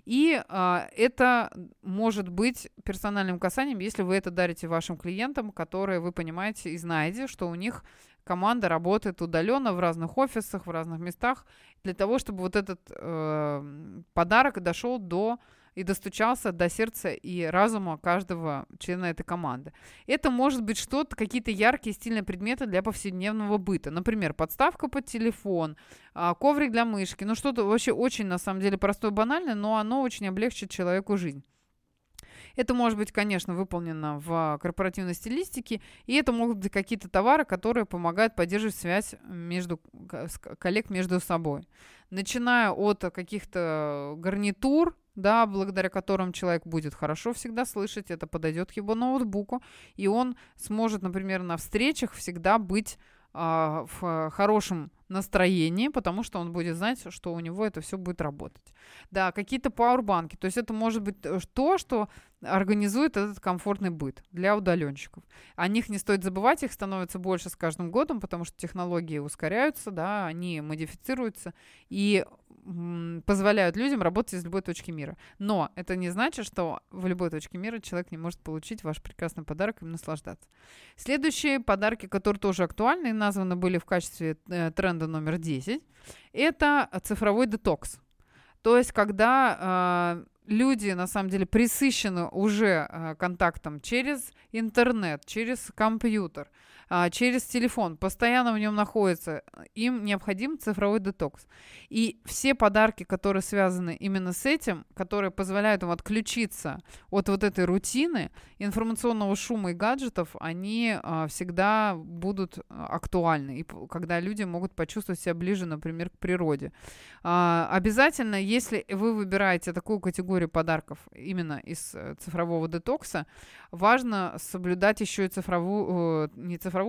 И это может быть персональным касанием, если вы это дарите вашим клиентам, которые вы понимаете и знаете, что у них команда работает удаленно в разных офисах, в разных местах, для того, чтобы вот этот подарок дошел и достучался до сердца и разума каждого члена этой команды. Это может быть что-то, какие-то яркие стильные предметы для повседневного быта. Например, подставка под телефон, коврик для мышки. Ну, что-то вообще очень, на самом деле, простое, банальное, но оно очень облегчит человеку жизнь. Это может быть, конечно, выполнено в корпоративной стилистике, и это могут быть какие-то товары, которые помогают поддерживать связь коллег между собой. Начиная от каких-то гарнитур, да, благодаря которым человек будет хорошо всегда слышать, это подойдет к его ноутбуку, и он сможет, например, на встречах всегда быть в хорошем настроении, потому что он будет знать, что у него это все будет работать. Да, какие-то пауэрбанки, то есть это может быть то, что организует этот комфортный быт для удаленщиков. О них не стоит забывать, их становится больше с каждым годом, потому что технологии ускоряются, да, они модифицируются и позволяют людям работать из любой точки мира. Но это не значит, что в любой точке мира человек не может получить ваш прекрасный подарок и им наслаждаться. Следующие подарки, которые тоже актуальны и названы были в качестве тренда номер 10, это цифровой детокс. То есть, когда люди, на самом деле, пресыщены уже контактом через интернет, через компьютер, через телефон, постоянно в нем находятся, им необходим цифровой детокс. И все подарки, которые связаны именно с этим, которые позволяют им отключиться от вот этой рутины, информационного шума и гаджетов, они всегда будут актуальны, и когда люди могут почувствовать себя ближе, например, к природе. Обязательно, если вы выбираете такую категорию подарков именно из цифрового детокса, важно соблюдать еще и не цифровую,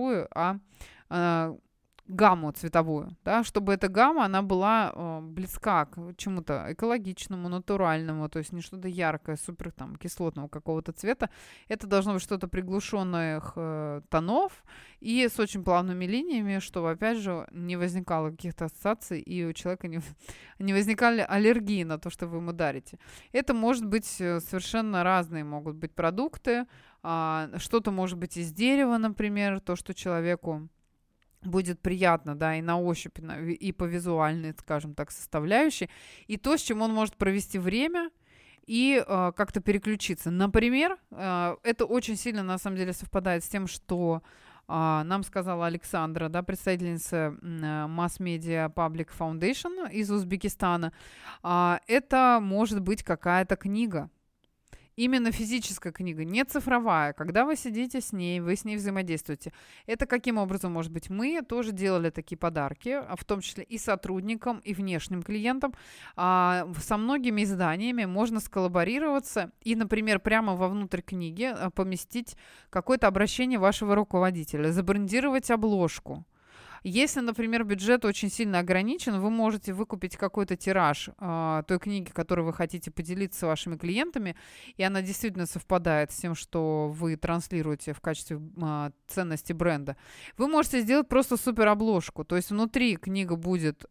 а гамму цветовую, да, чтобы эта гамма, она была близка к чему-то экологичному, натуральному, то есть не что-то яркое, супер там кислотного какого-то цвета. Это должно быть что-то приглушенных тонов и с очень плавными линиями, чтобы, опять же, не возникало каких-то ассоциаций и у человека не возникали аллергии на то, что вы ему дарите. Это может быть совершенно разные могут быть продукты, что-то может быть из дерева, например, то, что человеку будет приятно, да, и на ощупь, и по визуальной, скажем так, составляющей, и то, с чем он может провести время и как-то переключиться. Например, это очень сильно, на самом деле, совпадает с тем, что нам сказала Александра, да, представительница Mass Media Public Foundation из Узбекистана. Это может быть какая-то книга. Именно физическая книга, не цифровая. Когда вы сидите с ней, вы с ней взаимодействуете. Это каким образом может быть? Мы тоже делали такие подарки, в том числе и сотрудникам, и внешним клиентам. Со многими изданиями можно сколлаборироваться и, например, прямо вовнутрь книги поместить какое-то обращение вашего руководителя, забрендировать обложку. Если, например, бюджет очень сильно ограничен, вы можете выкупить какой-то тираж той книги, которой вы хотите поделиться с вашими клиентами, и она действительно совпадает с тем, что вы транслируете в качестве ценности бренда. Вы можете сделать просто супер обложку, то есть внутри книга будет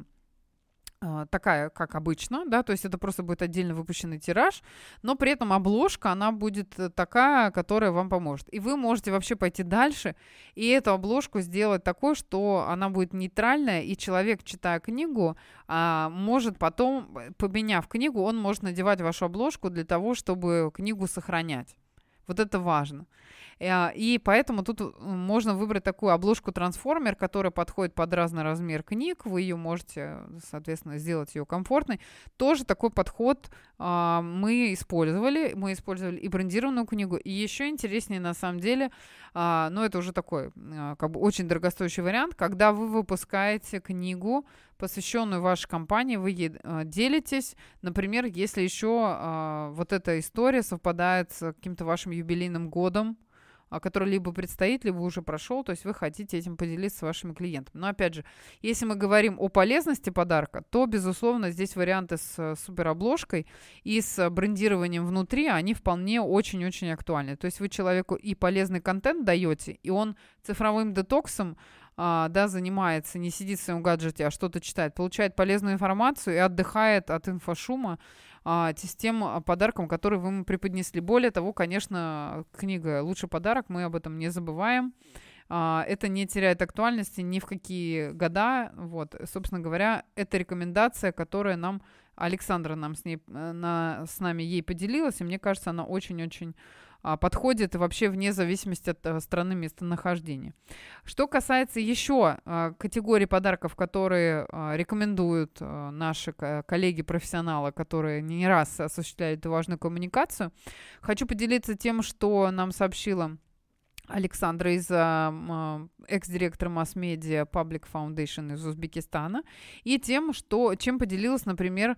такая, как обычно, да, то есть это просто будет отдельно выпущенный тираж, но при этом обложка, она будет такая, которая вам поможет. И вы можете вообще пойти дальше и эту обложку сделать такой, что она будет нейтральная, и человек, читая книгу, может потом, поменяв книгу, он может надевать вашу обложку для того, чтобы книгу сохранять. Вот это важно. И поэтому тут можно выбрать такую обложку-трансформер, которая подходит под разный размер книг. Вы ее можете, соответственно, сделать ее комфортной. Тоже такой подход мы использовали. Мы использовали и брендированную книгу. И еще интереснее, на самом деле, но это уже такой как бы очень дорогостоящий вариант, когда вы выпускаете книгу, посвященную вашей компании, вы ей делитесь. Например, если еще вот эта история совпадает с каким-то вашим юбилейным годом, который либо предстоит, либо уже прошел, то есть вы хотите этим поделиться с вашими клиентами. Но опять же, если мы говорим о полезности подарка, то, безусловно, здесь варианты с суперобложкой и с брендированием внутри, они вполне очень-очень актуальны. То есть вы человеку и полезный контент даете, и он цифровым детоксом да, занимается, не сидит в своем гаджете, а что-то читает, получает полезную информацию и отдыхает от инфошума, с тем подарком, который вы ему преподнесли. Более того, конечно, книга «Лучший подарок», мы об этом не забываем. Это не теряет актуальности ни в какие года. Вот, собственно говоря, это рекомендация, которая нам Александра с нами ей поделилась, и мне кажется, она очень-очень подходит и вообще вне зависимости от страны местонахождения. Что касается еще категорий подарков, которые рекомендуют наши коллеги-профессионалы, которые не раз осуществляют эту важную коммуникацию, хочу поделиться тем, что нам сообщила Александра из экс-директора Mass Media Public Foundation из Узбекистана, и чем поделилась, например,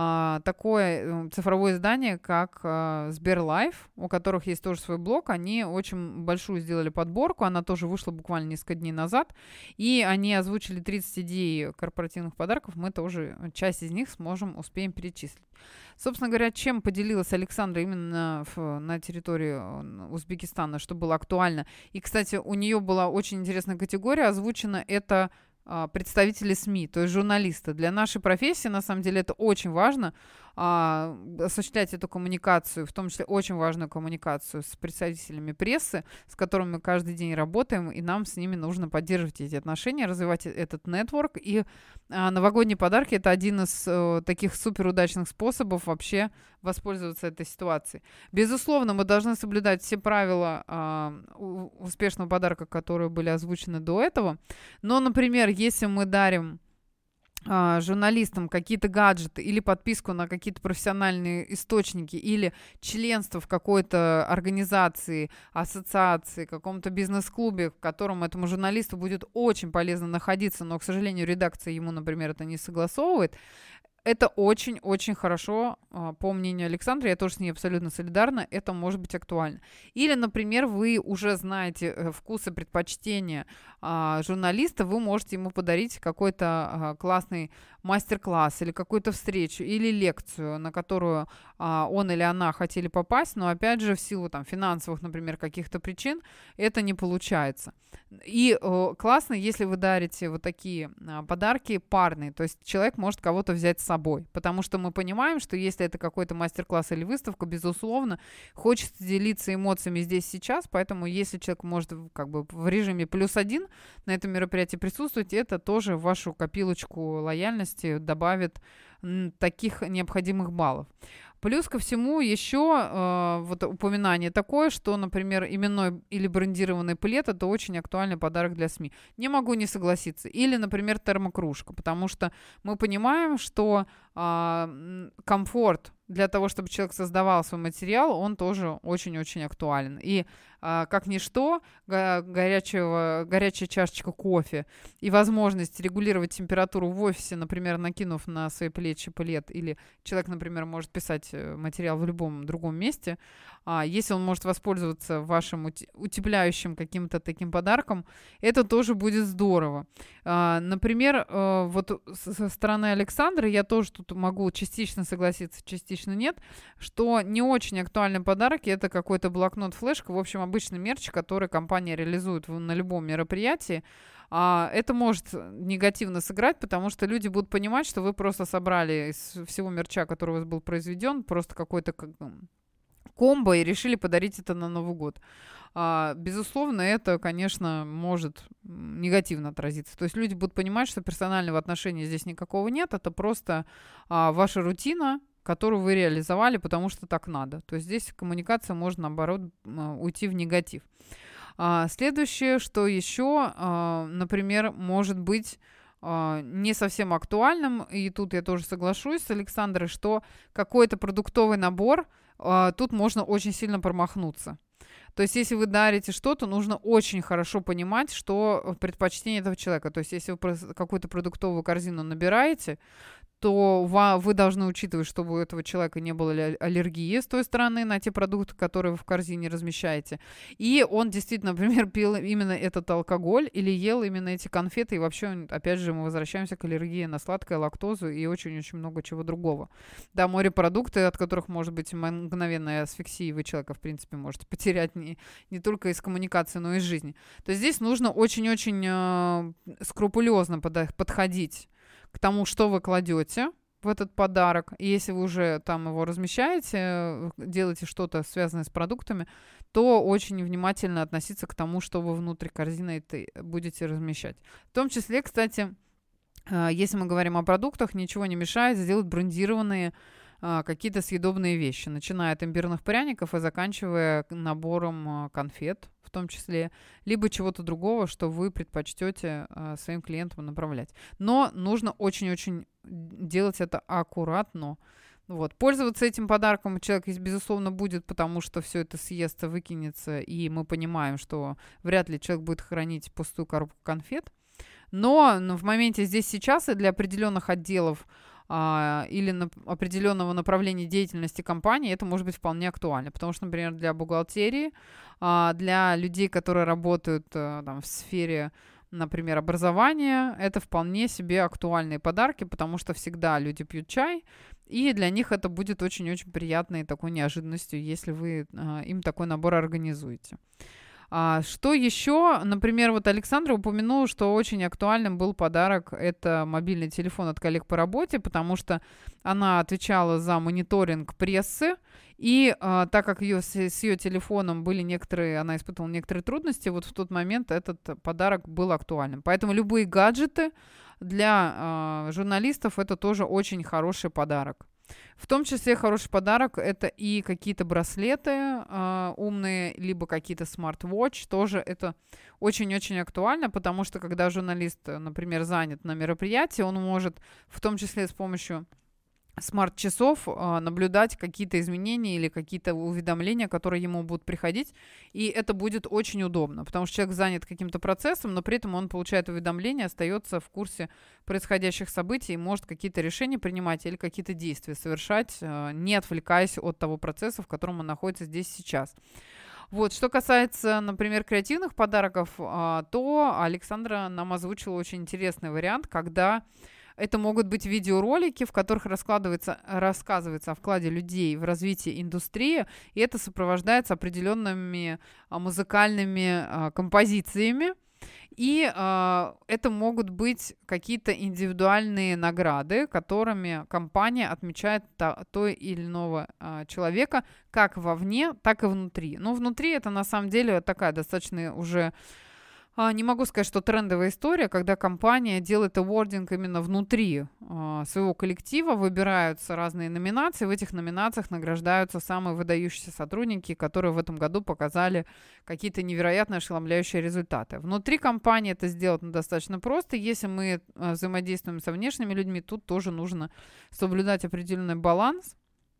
такое цифровое издание, как Сберлайф, у которых есть тоже свой блог. Они очень большую сделали подборку, она тоже вышла буквально несколько дней назад, и они озвучили 30 идей корпоративных подарков, мы тоже часть из них успеем перечислить. Собственно говоря, чем поделилась Александра именно на территории Узбекистана, что было актуально. И, кстати, у нее была очень интересная категория озвучена, это представители СМИ, то есть журналисты. Для нашей профессии, на самом деле, это очень важно, осуществлять эту коммуникацию, в том числе очень важную коммуникацию с представителями прессы, с которыми мы каждый день работаем, и нам с ними нужно поддерживать эти отношения, развивать этот нетворк. И новогодние подарки — это один из таких суперудачных способов вообще воспользоваться этой ситуацией. Безусловно, мы должны соблюдать все правила успешного подарка, которые были озвучены до этого. Но, например, если мы дарим журналистам какие-то гаджеты или подписку на какие-то профессиональные источники или членство в какой-то организации, ассоциации, каком-то бизнес-клубе, в котором этому журналисту будет очень полезно находиться, но, к сожалению, редакция ему, например, это не согласовывает, это очень-очень хорошо, по мнению Александры, я тоже с ней абсолютно солидарна, это может быть актуально. Или, например, вы уже знаете вкусы, предпочтения журналиста, вы можете ему подарить какой-то классный мастер-класс или какую-то встречу или лекцию, на которую он или она хотели попасть, но, опять же, в силу там, финансовых, например, каких-то причин это не получается. И классно, если вы дарите вот такие подарки парные, то есть человек может кого-то взять с собой, потому что мы понимаем, что если это какой-то мастер-класс или выставка, безусловно, хочется делиться эмоциями здесь сейчас, поэтому если человек может как бы в режиме +1 на этом мероприятии присутствовать, это тоже в вашу копилочку лояльности добавит таких необходимых баллов. Плюс ко всему еще вот упоминание такое, что, например, именной или брендированный плед – это очень актуальный подарок для СМИ. Не могу не согласиться. Или, например, термокружка, потому что мы понимаем, что комфорт для того, чтобы человек создавал свой материал, он тоже очень-очень актуален. И как ничто, горячая чашечка кофе и возможность регулировать температуру в офисе, например, накинув на свои плечи плед, или человек, например, может писать материал в любом другом месте, если он может воспользоваться вашим утепляющим каким-то таким подарком, это тоже будет здорово. Например, вот со стороны Александры я тоже тут могу частично согласиться, частично нет, что не очень актуальные подарки – это какой-то блокнот, флешка, в общем, обычный мерч, который компания реализует на любом мероприятии. Это может негативно сыграть, потому что люди будут понимать, что вы просто собрали из всего мерча, который у вас был произведен, просто какой-то комбо и решили подарить это на Новый год. Безусловно, это, конечно, может негативно отразиться. То есть люди будут понимать, что персонального отношения здесь никакого нет, это просто ваша рутина, которую вы реализовали, потому что так надо. То есть здесь коммуникация может, наоборот, уйти в негатив. Следующее, что еще, например, может быть не совсем актуальным, и тут я тоже соглашусь с Александрой, что какой-то продуктовый набор, тут можно очень сильно промахнуться. То есть, если вы дарите что-то, нужно очень хорошо понимать, что предпочтение этого человека. То есть, если вы какую-то продуктовую корзину набираете, то вы должны учитывать, чтобы у этого человека не было аллергии с той стороны на те продукты, которые вы в корзине размещаете. И он действительно, например, пил именно этот алкоголь или ел именно эти конфеты. И вообще, опять же, мы возвращаемся к аллергии на сладкое, лактозу и очень-очень много чего другого. Да, морепродукты, от которых может быть мгновенная асфиксия, вы человека, в принципе, можете потерять не только из коммуникации, но и из жизни. То есть здесь нужно очень-очень скрупулезно подходить к тому, что вы кладете в этот подарок. И если вы уже там его размещаете, делаете что-то связанное с продуктами, то очень внимательно относиться к тому, что вы внутри корзины этой будете размещать. В том числе, кстати, если мы говорим о продуктах, ничего не мешает сделать брендированные какие-то съедобные вещи, начиная от имбирных пряников и заканчивая набором конфет, в том числе, либо чего-то другого, что вы предпочтете своим клиентам направлять. Но нужно очень-очень делать это аккуратно. Вот. Пользоваться этим подарком человек, безусловно, будет, потому что все это съестся, выкинется, и мы понимаем, что вряд ли человек будет хранить пустую коробку конфет. Но в моменте здесь сейчас и для определенных отделов или определенного направления деятельности компании, это может быть вполне актуально. Потому что, например, для бухгалтерии, для людей, которые работают там, в сфере, например, образования, это вполне себе актуальные подарки, потому что всегда люди пьют чай, и для них это будет очень-очень приятной такой неожиданностью, если вы им такой набор организуете. Что еще? Например, вот Александра упомянула, что очень актуальным был подарок. Это мобильный телефон от коллег по работе, потому что она отвечала за мониторинг прессы. И так как с ее телефоном были она испытывала некоторые трудности, вот в тот момент этот подарок был актуальным. Поэтому любые гаджеты для журналистов это тоже очень хороший подарок. В том числе хороший подарок – это и какие-то браслеты умные, либо какие-то смарт-вотч. Тоже это очень-очень актуально, потому что когда журналист, например, занят на мероприятии, он может в том числе с помощью смарт-часов наблюдать какие-то изменения или какие-то уведомления, которые ему будут приходить, и это будет очень удобно, потому что человек занят каким-то процессом, но при этом он получает уведомления, остается в курсе происходящих событий и может какие-то решения принимать или какие-то действия совершать, не отвлекаясь от того процесса, в котором он находится здесь сейчас. Вот, что касается, например, креативных подарков, то Александра нам озвучила очень интересный вариант, когда это могут быть видеоролики, в которых рассказывается о вкладе людей в развитие индустрии, и это сопровождается определенными музыкальными композициями. И это могут быть какие-то индивидуальные награды, которыми компания отмечает той или иного человека как вовне, так и внутри. Но внутри это на самом деле такая достаточно уже... Не могу сказать, что трендовая история, когда компания делает авординг именно внутри своего коллектива, выбираются разные номинации, в этих номинациях награждаются самые выдающиеся сотрудники, которые в этом году показали какие-то невероятно ошеломляющие результаты. Внутри компании это сделать достаточно просто. Если мы взаимодействуем со внешними людьми, тут тоже нужно соблюдать определенный баланс.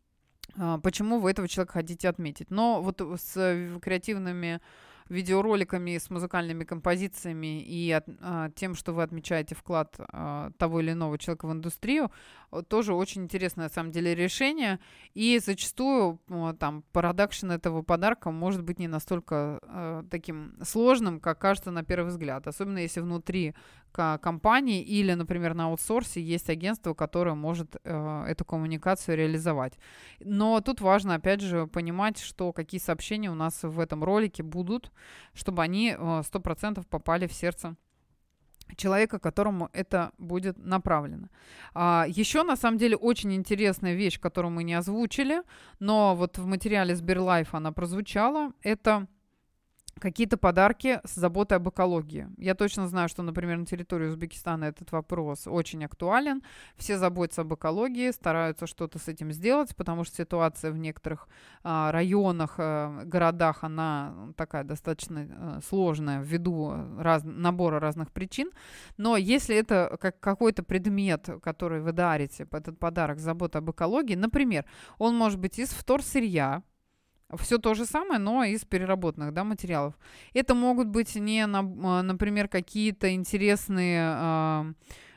Почему вы этого человека хотите отметить? Но вот с креативными видеороликами с музыкальными композициями и тем, что вы отмечаете вклад того или иного человека в индустрию, тоже очень интересное, на самом деле, решение. И зачастую там продакшн этого подарка может быть не настолько таким сложным, как кажется на первый взгляд. Особенно если внутри компании или, например, на аутсорсе есть агентство, которое может эту коммуникацию реализовать. Но тут важно, опять же, понимать, что какие сообщения у нас в этом ролике будут, чтобы они 100% попали в сердце человека, которому это будет направлено. Еще, на самом деле, очень интересная вещь, которую мы не озвучили, но вот в материале Сберлайф она прозвучала, это какие-то подарки с заботой об экологии. Я точно знаю, что, например, на территории Узбекистана этот вопрос очень актуален. Все заботятся об экологии, стараются что-то с этим сделать, потому что ситуация в некоторых районах, городах, она такая достаточно сложная ввиду набора разных причин. Но если это какой-то предмет, который вы дарите, этот подарок забота об экологии, например, он может быть из вторсырья, все то же самое, но из переработанных, да, материалов. Это могут быть например, какие-то интересные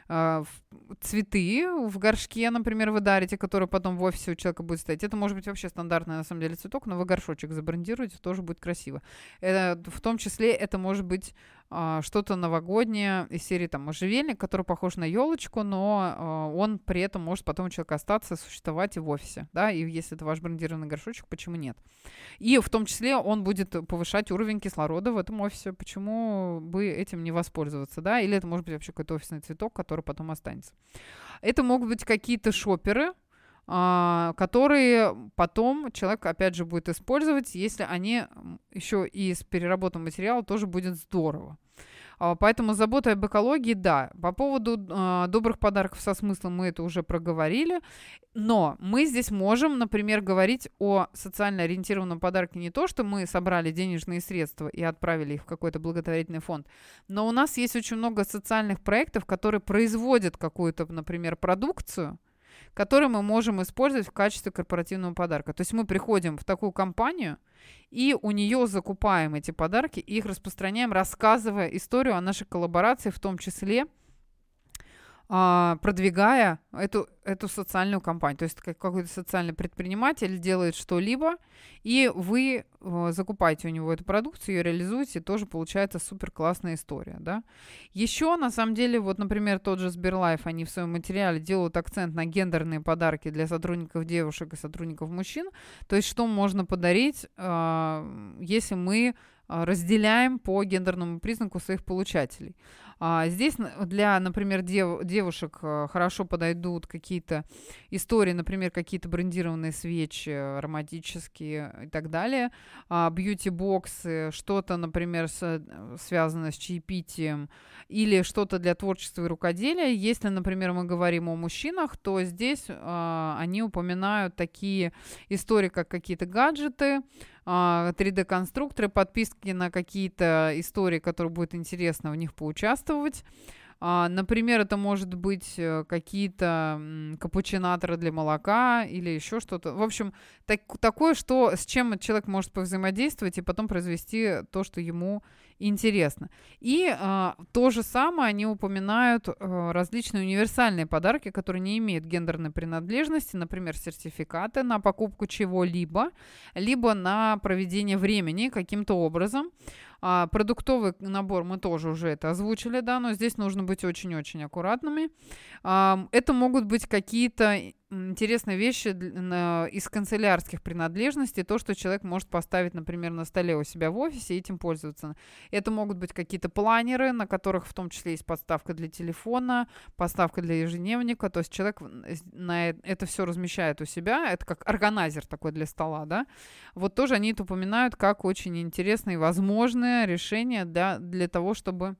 цветы в горшке, например, вы дарите, которые потом в офисе у человека будет стоять. Это может быть вообще стандартный, на самом деле, цветок, но вы горшочек забрендируете, тоже будет красиво. В том числе это может быть что-то новогоднее из серии там можжевельник, который похож на елочку, но он при этом может потом у человека остаться, существовать и в офисе, да, и если это ваш брендированный горшочек, почему нет? И в том числе он будет повышать уровень кислорода в этом офисе, почему бы этим не воспользоваться, да, или это может быть вообще какой-то офисный цветок, который потом останется. Это могут быть какие-то шоперы, которые потом человек, опять же, будет использовать, если они еще и из переработанного материала, тоже будет здорово. Поэтому забота об экологии, да. По поводу добрых подарков со смыслом мы это уже проговорили. Но мы здесь можем, например, говорить о социально ориентированном подарке не то, что мы собрали денежные средства и отправили их в какой-то благотворительный фонд, но у нас есть очень много социальных проектов, которые производят какую-то, например, продукцию, который мы можем использовать в качестве корпоративного подарка. То есть мы приходим в такую компанию и у нее закупаем эти подарки, и их распространяем, рассказывая историю о нашей коллаборации, в том числе продвигая эту социальную кампанию. То есть какой-то социальный предприниматель делает что-либо, и вы закупаете у него эту продукцию, ее реализуете, и тоже получается супер классная история. Да? Еще, на самом деле, вот, например, тот же Сберлайф, они в своем материале делают акцент на гендерные подарки для сотрудников девушек и сотрудников мужчин. То есть что можно подарить, если мы разделяем по гендерному признаку своих получателей. Здесь для, например, девушек хорошо подойдут какие-то истории, например, какие-то брендированные свечи ароматические и так далее, бьюти-боксы, что-то, например, связанное с чаепитием или что-то для творчества и рукоделия. Если, например, мы говорим о мужчинах, то здесь они упоминают такие истории, как какие-то гаджеты, 3D-конструкторы, подписки на какие-то истории, которые будет интересно в них поучаствовать. Например, это может быть какие-то капучинаторы для молока или еще что-то. В общем, такое, с чем человек может повзаимодействовать и потом произвести то, что ему интересно. И то же самое они упоминают различные универсальные подарки, которые не имеют гендерной принадлежности, например, сертификаты на покупку чего-либо, либо на проведение времени каким-то образом. Продуктовый набор мы тоже уже это озвучили, да, но здесь нужно быть очень-очень аккуратными. Это могут быть какие-то интересные вещи из канцелярских принадлежностей, то, что человек может поставить, например, на столе у себя в офисе и этим пользоваться. Это могут быть какие-то планеры, на которых в том числе есть подставка для телефона, подставка для ежедневника, то есть человек на это все размещает у себя, это как органайзер такой для стола, да. Вот тоже они это упоминают как очень интересное и возможное решение для того, чтобы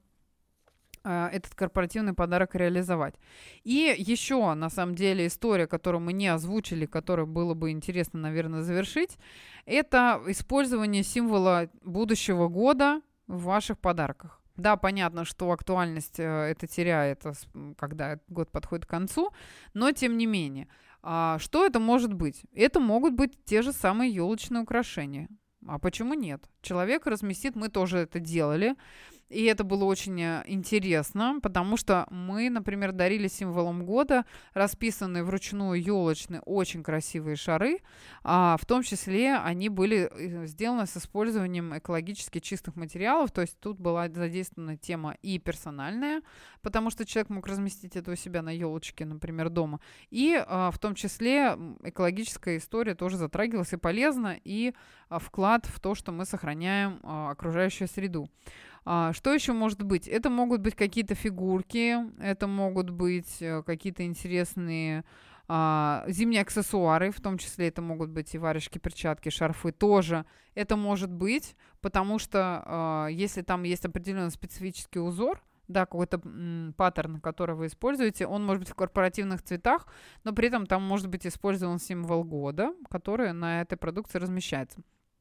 этот корпоративный подарок реализовать. И еще, на самом деле, история, которую мы не озвучили, которую было бы интересно, наверное, завершить, это использование символа будущего года в ваших подарках. Да, понятно, что актуальность это теряет, когда год подходит к концу, но тем не менее. Что это может быть? Это могут быть те же самые елочные украшения. А почему нет? Человек разместит, мы тоже это делали, и это было очень интересно, потому что мы, например, дарили символом года расписанные вручную елочные очень красивые шары, в том числе они были сделаны с использованием экологически чистых материалов, то есть тут была задействована тема и персональная, потому что человек мог разместить это у себя на елочке, например, дома, и в том числе экологическая история тоже затрагивалась и полезна, и вклад в то, что мы сохраняем окружающую среду. Что еще может быть? Это могут быть какие-то фигурки, это могут быть какие-то интересные зимние аксессуары, в том числе это могут быть и варежки, перчатки, шарфы тоже. Это может быть, потому что если там есть определенный специфический узор, да, какой-то паттерн, который вы используете, он может быть в корпоративных цветах, но при этом там может быть использован символ года, который на этой продукции размещается.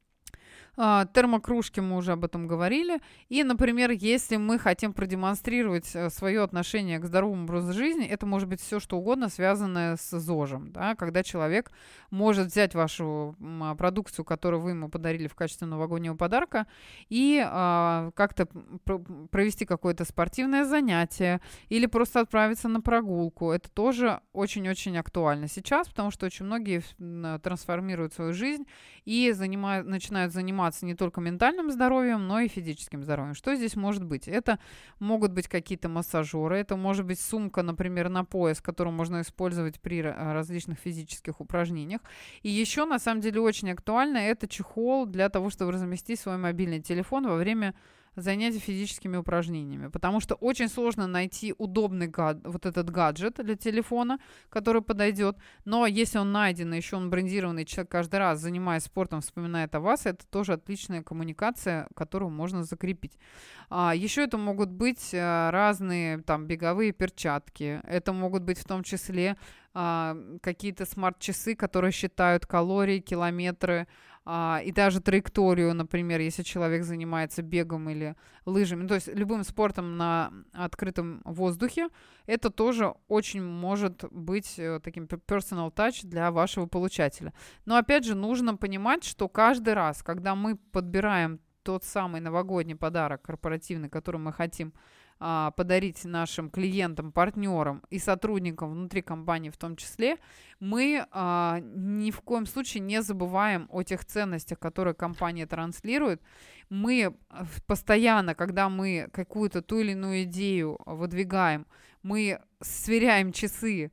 Термокружки, мы уже об этом говорили. И, например, если мы хотим продемонстрировать свое отношение к здоровому образу жизни, это может быть все, что угодно, связанное с ЗОЖем. Да? Когда человек может взять вашу продукцию, которую вы ему подарили в качестве новогоднего подарка, и как-то провести какое-то спортивное занятие или просто отправиться на прогулку. Это тоже очень-очень актуально сейчас, потому что очень многие трансформируют свою жизнь и начинают заниматься не только ментальным здоровьем, но и физическим здоровьем. Что здесь может быть? Это могут быть какие-то массажеры, это может быть сумка, например, на пояс, которую можно использовать при различных физических упражнениях. И еще, на самом деле, очень актуально это чехол для того, чтобы разместить свой мобильный телефон во время занятий физическими упражнениями, потому что очень сложно найти удобный вот этот гаджет для телефона, который подойдет, но если он найден, еще он брендированный, человек каждый раз, занимаясь спортом, вспоминает о вас, это тоже отличная коммуникация, которую можно закрепить. Еще это могут быть разные там беговые перчатки, это могут быть в том числе какие-то смарт-часы, которые считают калории, километры, и даже траекторию, например, если человек занимается бегом или лыжами, то есть любым спортом на открытом воздухе, это тоже очень может быть таким personal touch для вашего получателя. Но опять же нужно понимать, что каждый раз, когда мы подбираем тот самый новогодний подарок корпоративный, который мы хотим подарить нашим клиентам, партнерам и сотрудникам внутри компании в том числе, мы ни в коем случае не забываем о тех ценностях, которые компания транслирует. Мы постоянно, когда мы какую-то ту или иную идею выдвигаем, мы сверяем часы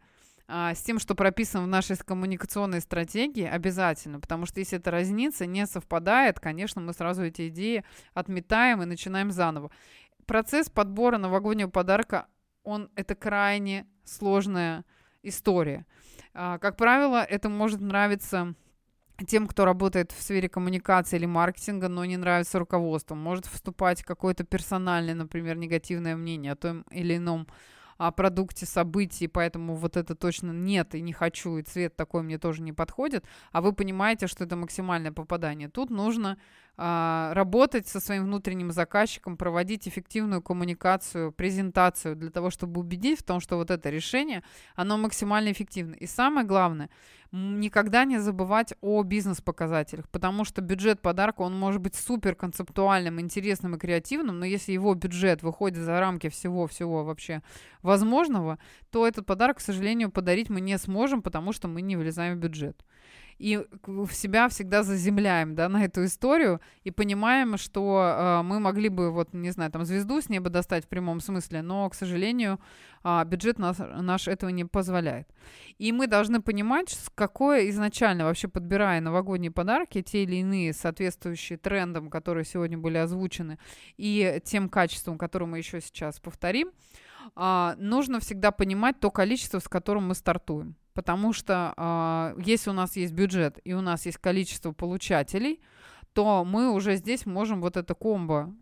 с тем, что прописано в нашей коммуникационной стратегии, обязательно, потому что если это разница не совпадает, конечно, мы сразу эти идеи отметаем и начинаем заново. Процесс подбора новогоднего подарка, это крайне сложная история. Как правило, это может нравиться тем, кто работает в сфере коммуникации или маркетинга, но не нравится руководству. Может вступать какое-то персональное, например, негативное мнение о том или ином продукте, событии, поэтому вот это точно нет и не хочу, и цвет такой мне тоже не подходит, а вы понимаете, что это максимальное попадание. Тут нужно работать со своим внутренним заказчиком, проводить эффективную коммуникацию, презентацию для того, чтобы убедить в том, что вот это решение, оно максимально эффективно. И самое главное, никогда не забывать о бизнес-показателях, потому что бюджет подарка, он может быть супер концептуальным, интересным и креативным, но если его бюджет выходит за рамки всего вообще возможного, то этот подарок, к сожалению, подарить мы не сможем, потому что мы не влезаем в бюджет. и в себя всегда заземляем, да, на эту историю и понимаем, что мы могли бы, вот, не знаю, там, звезду с неба достать в прямом смысле, но, к сожалению, бюджет наш этого не позволяет. И мы должны понимать, с какое изначально, вообще подбирая новогодние подарки, те или иные, соответствующие трендам, которые сегодня были озвучены, и тем качествам, которые мы еще сейчас повторим, нужно всегда понимать то количество, с которым мы стартуем. Потому что если у нас есть бюджет и у нас есть количество получателей, то мы уже здесь можем вот это комбо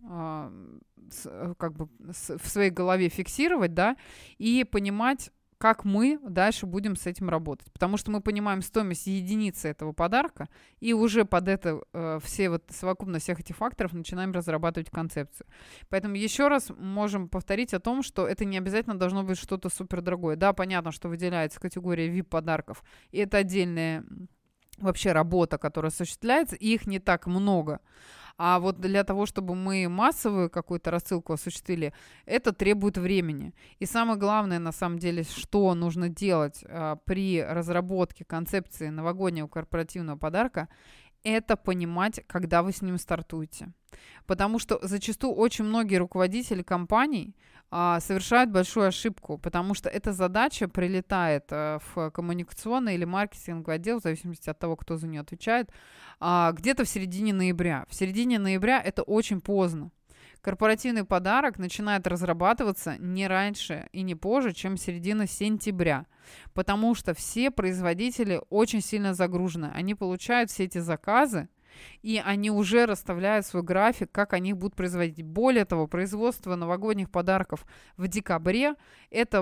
в своей голове фиксировать, да, и понимать, как мы дальше будем с этим работать. Потому что мы понимаем стоимость единицы этого подарка, и уже под это совокупность всех этих факторов начинаем разрабатывать концепцию. Поэтому еще раз можем повторить о том, что это не обязательно должно быть что-то супердорогое. Да, понятно, что выделяется категория VIP-подарков, и это отдельная вообще работа, которая осуществляется, и их не так много. А вот для того, чтобы мы массовую какую-то рассылку осуществили, это требует времени. И самое главное, на самом деле, что нужно делать при разработке концепции новогоднего корпоративного подарка, это понимать, когда вы с ним стартуете. Потому что зачастую очень многие руководители компаний совершают большую ошибку, потому что эта задача прилетает в коммуникационный или маркетинговый отдел, в зависимости от того, кто за нее отвечает, где-то в середине ноября. В середине ноября это очень поздно. Корпоративный подарок начинает разрабатываться не раньше и не позже, чем середина сентября, потому что все производители очень сильно загружены. Они получают все эти заказы, и они уже расставляют свой график, как они их будут производить. Более того, производство новогодних подарков в декабре – это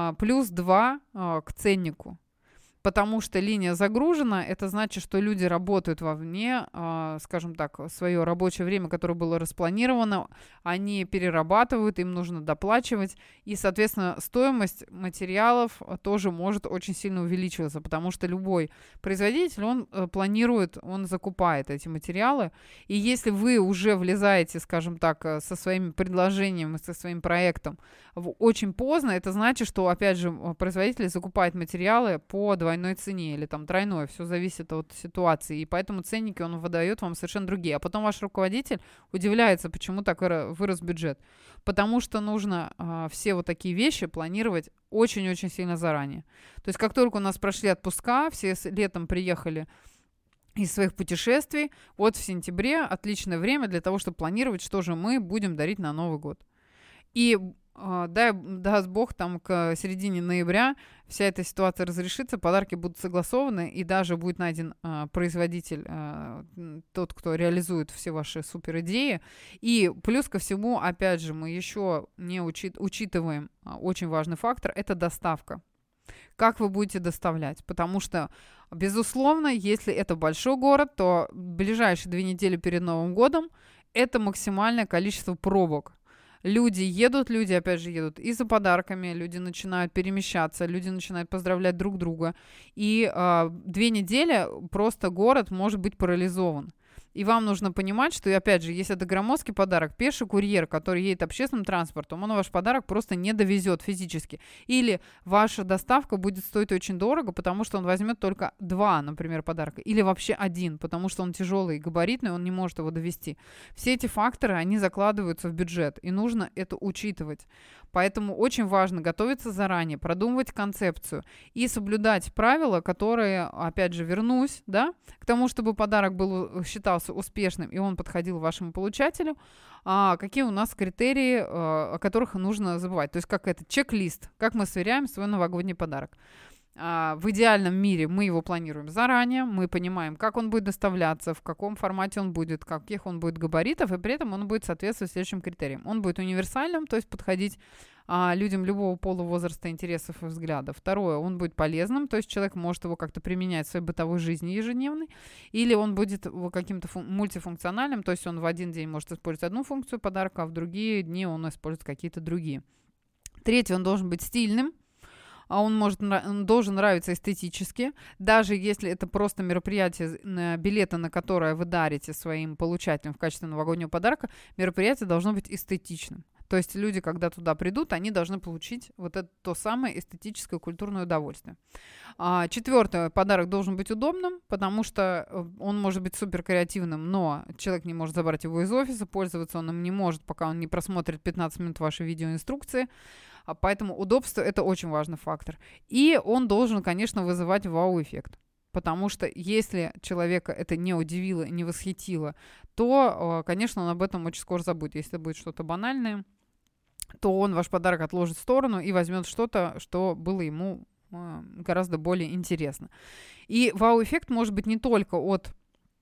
+2 к ценнику. Потому что линия загружена, это значит, что люди работают вовне, скажем так, свое рабочее время, которое было распланировано, они перерабатывают, им нужно доплачивать, и, соответственно, стоимость материалов тоже может очень сильно увеличиваться, потому что любой производитель, он планирует, он закупает эти материалы, и если вы уже влезаете, скажем так, со своим предложением, со своим проектом очень поздно, это значит, что, опять же, производитель закупает материалы по двойной цене или там тройной, все зависит от ситуации, и поэтому ценники он выдает вам совершенно другие. А потом ваш руководитель удивляется, почему так вырос бюджет. Потому что нужно все вот такие вещи планировать очень-очень сильно заранее. То есть как только у нас прошли отпуска, все летом приехали из своих путешествий, вот в сентябре отличное время для того, чтобы планировать, что же мы будем дарить на Новый год. И даст Бог, там к середине ноября вся эта ситуация разрешится, подарки будут согласованы, и даже будет найден производитель, тот, кто реализует все ваши супер идеи. И плюс ко всему, опять же, мы еще не учитываем очень важный фактор – это доставка. Как вы будете доставлять? Потому что, безусловно, если это большой город, то ближайшие 2 недели перед Новым годом это максимальное количество пробок. Люди, опять же, едут и за подарками, люди начинают перемещаться, люди начинают поздравлять друг друга. И 2 недели просто город может быть парализован. И вам нужно понимать, что, опять же, если это громоздкий подарок, пеший курьер, который едет общественным транспортом, он ваш подарок просто не довезет физически. Или ваша доставка будет стоить очень дорого, потому что он возьмет только 2, например, подарка. Или вообще 1, потому что он тяжелый и габаритный, он не может его довести. Все эти факторы, они закладываются в бюджет, и нужно это учитывать. Поэтому очень важно готовиться заранее, продумывать концепцию и соблюдать правила, которые, опять же, вернусь, да, к тому, чтобы подарок считался успешным и он подходил вашему получателю. Какие у нас критерии, о которых нужно забывать. То есть как это чек-лист, как мы сверяем свой новогодний подарок. В идеальном мире мы его планируем заранее, мы понимаем, как он будет доставляться, в каком формате он будет, каких он будет габаритов, и при этом он будет соответствовать следующим критериям. Он будет универсальным, то есть подходить людям любого пола, возраста, интересов и взглядов. Второе, он будет полезным, то есть человек может его как-то применять в своей бытовой жизни ежедневной, или он будет каким-то мультифункциональным, то есть он в один день может использовать одну функцию подарка, а в другие дни он использует какие-то другие. Третье, он должен быть стильным. Он должен нравиться эстетически, даже если это просто мероприятие, билеты на которое вы дарите своим получателям в качестве новогоднего подарка, мероприятие должно быть эстетичным. То есть люди, когда туда придут, они должны получить вот это то самое эстетическое культурное удовольствие. 4. Подарок должен быть удобным, потому что он может быть супер креативным, но человек не может забрать его из офиса, пользоваться он им не может, пока он не просмотрит 15 минут вашей видеоинструкции. Поэтому удобство — это очень важный фактор. И он должен, конечно, вызывать вау-эффект. Потому что если человека это не удивило, не восхитило, то, конечно, он об этом очень скоро забудет. Если будет что-то банальное, то он ваш подарок отложит в сторону и возьмет что-то, что было ему гораздо более интересно. И вау-эффект может быть не только от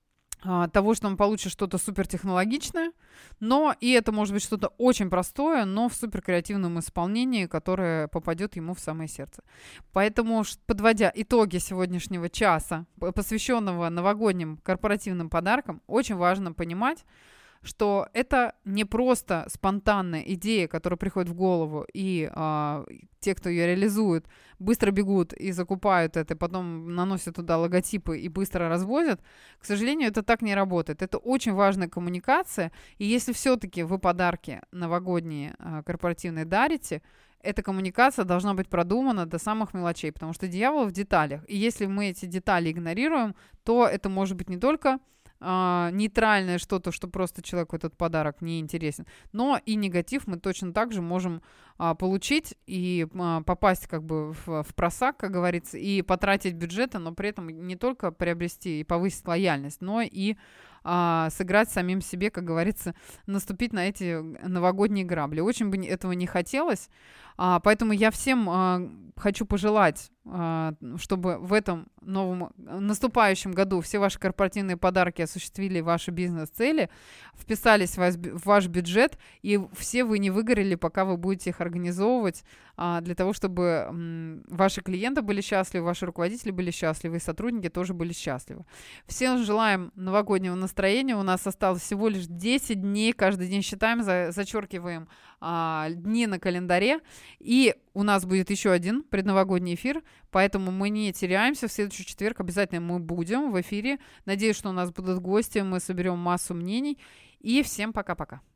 того, что он получит что-то супертехнологичное, но и это может быть что-то очень простое, но в суперкреативном исполнении, которое попадет ему в самое сердце. Поэтому, подводя итоги сегодняшнего часа, посвященного новогодним корпоративным подаркам, очень важно понимать, что это не просто спонтанная идея, которая приходит в голову, и те, кто ее реализует, быстро бегут и закупают это, потом наносят туда логотипы и быстро развозят. К сожалению, это так не работает. Это очень важная коммуникация, и если все-таки вы подарки новогодние корпоративные дарите, эта коммуникация должна быть продумана до самых мелочей, потому что дьявол в деталях. И если мы эти детали игнорируем, то это может быть не только нейтральное что-то, что просто человеку этот подарок не интересен, но и негатив мы точно так же можем получить и попасть как бы в просак, как говорится, и потратить бюджеты, но при этом не только приобрести и повысить лояльность, но и сыграть самим себе, как говорится, наступить на эти новогодние грабли. Очень бы этого не хотелось, поэтому я всем хочу пожелать, чтобы в этом новом наступающем году все ваши корпоративные подарки осуществили ваши бизнес-цели, вписались в ваш бюджет, и все вы не выгорели, пока вы будете их организовывать, для того, чтобы ваши клиенты были счастливы, ваши руководители были счастливы, и сотрудники тоже были счастливы. Всем желаем новогоднего настроения. У нас осталось всего лишь 10 дней. Каждый день считаем, зачеркиваем дни на календаре. И у нас будет еще один предновогодний эфир, поэтому мы не теряемся. В следующий четверг обязательно мы будем в эфире. Надеюсь, что у нас будут гости, мы соберем массу мнений. И всем пока-пока.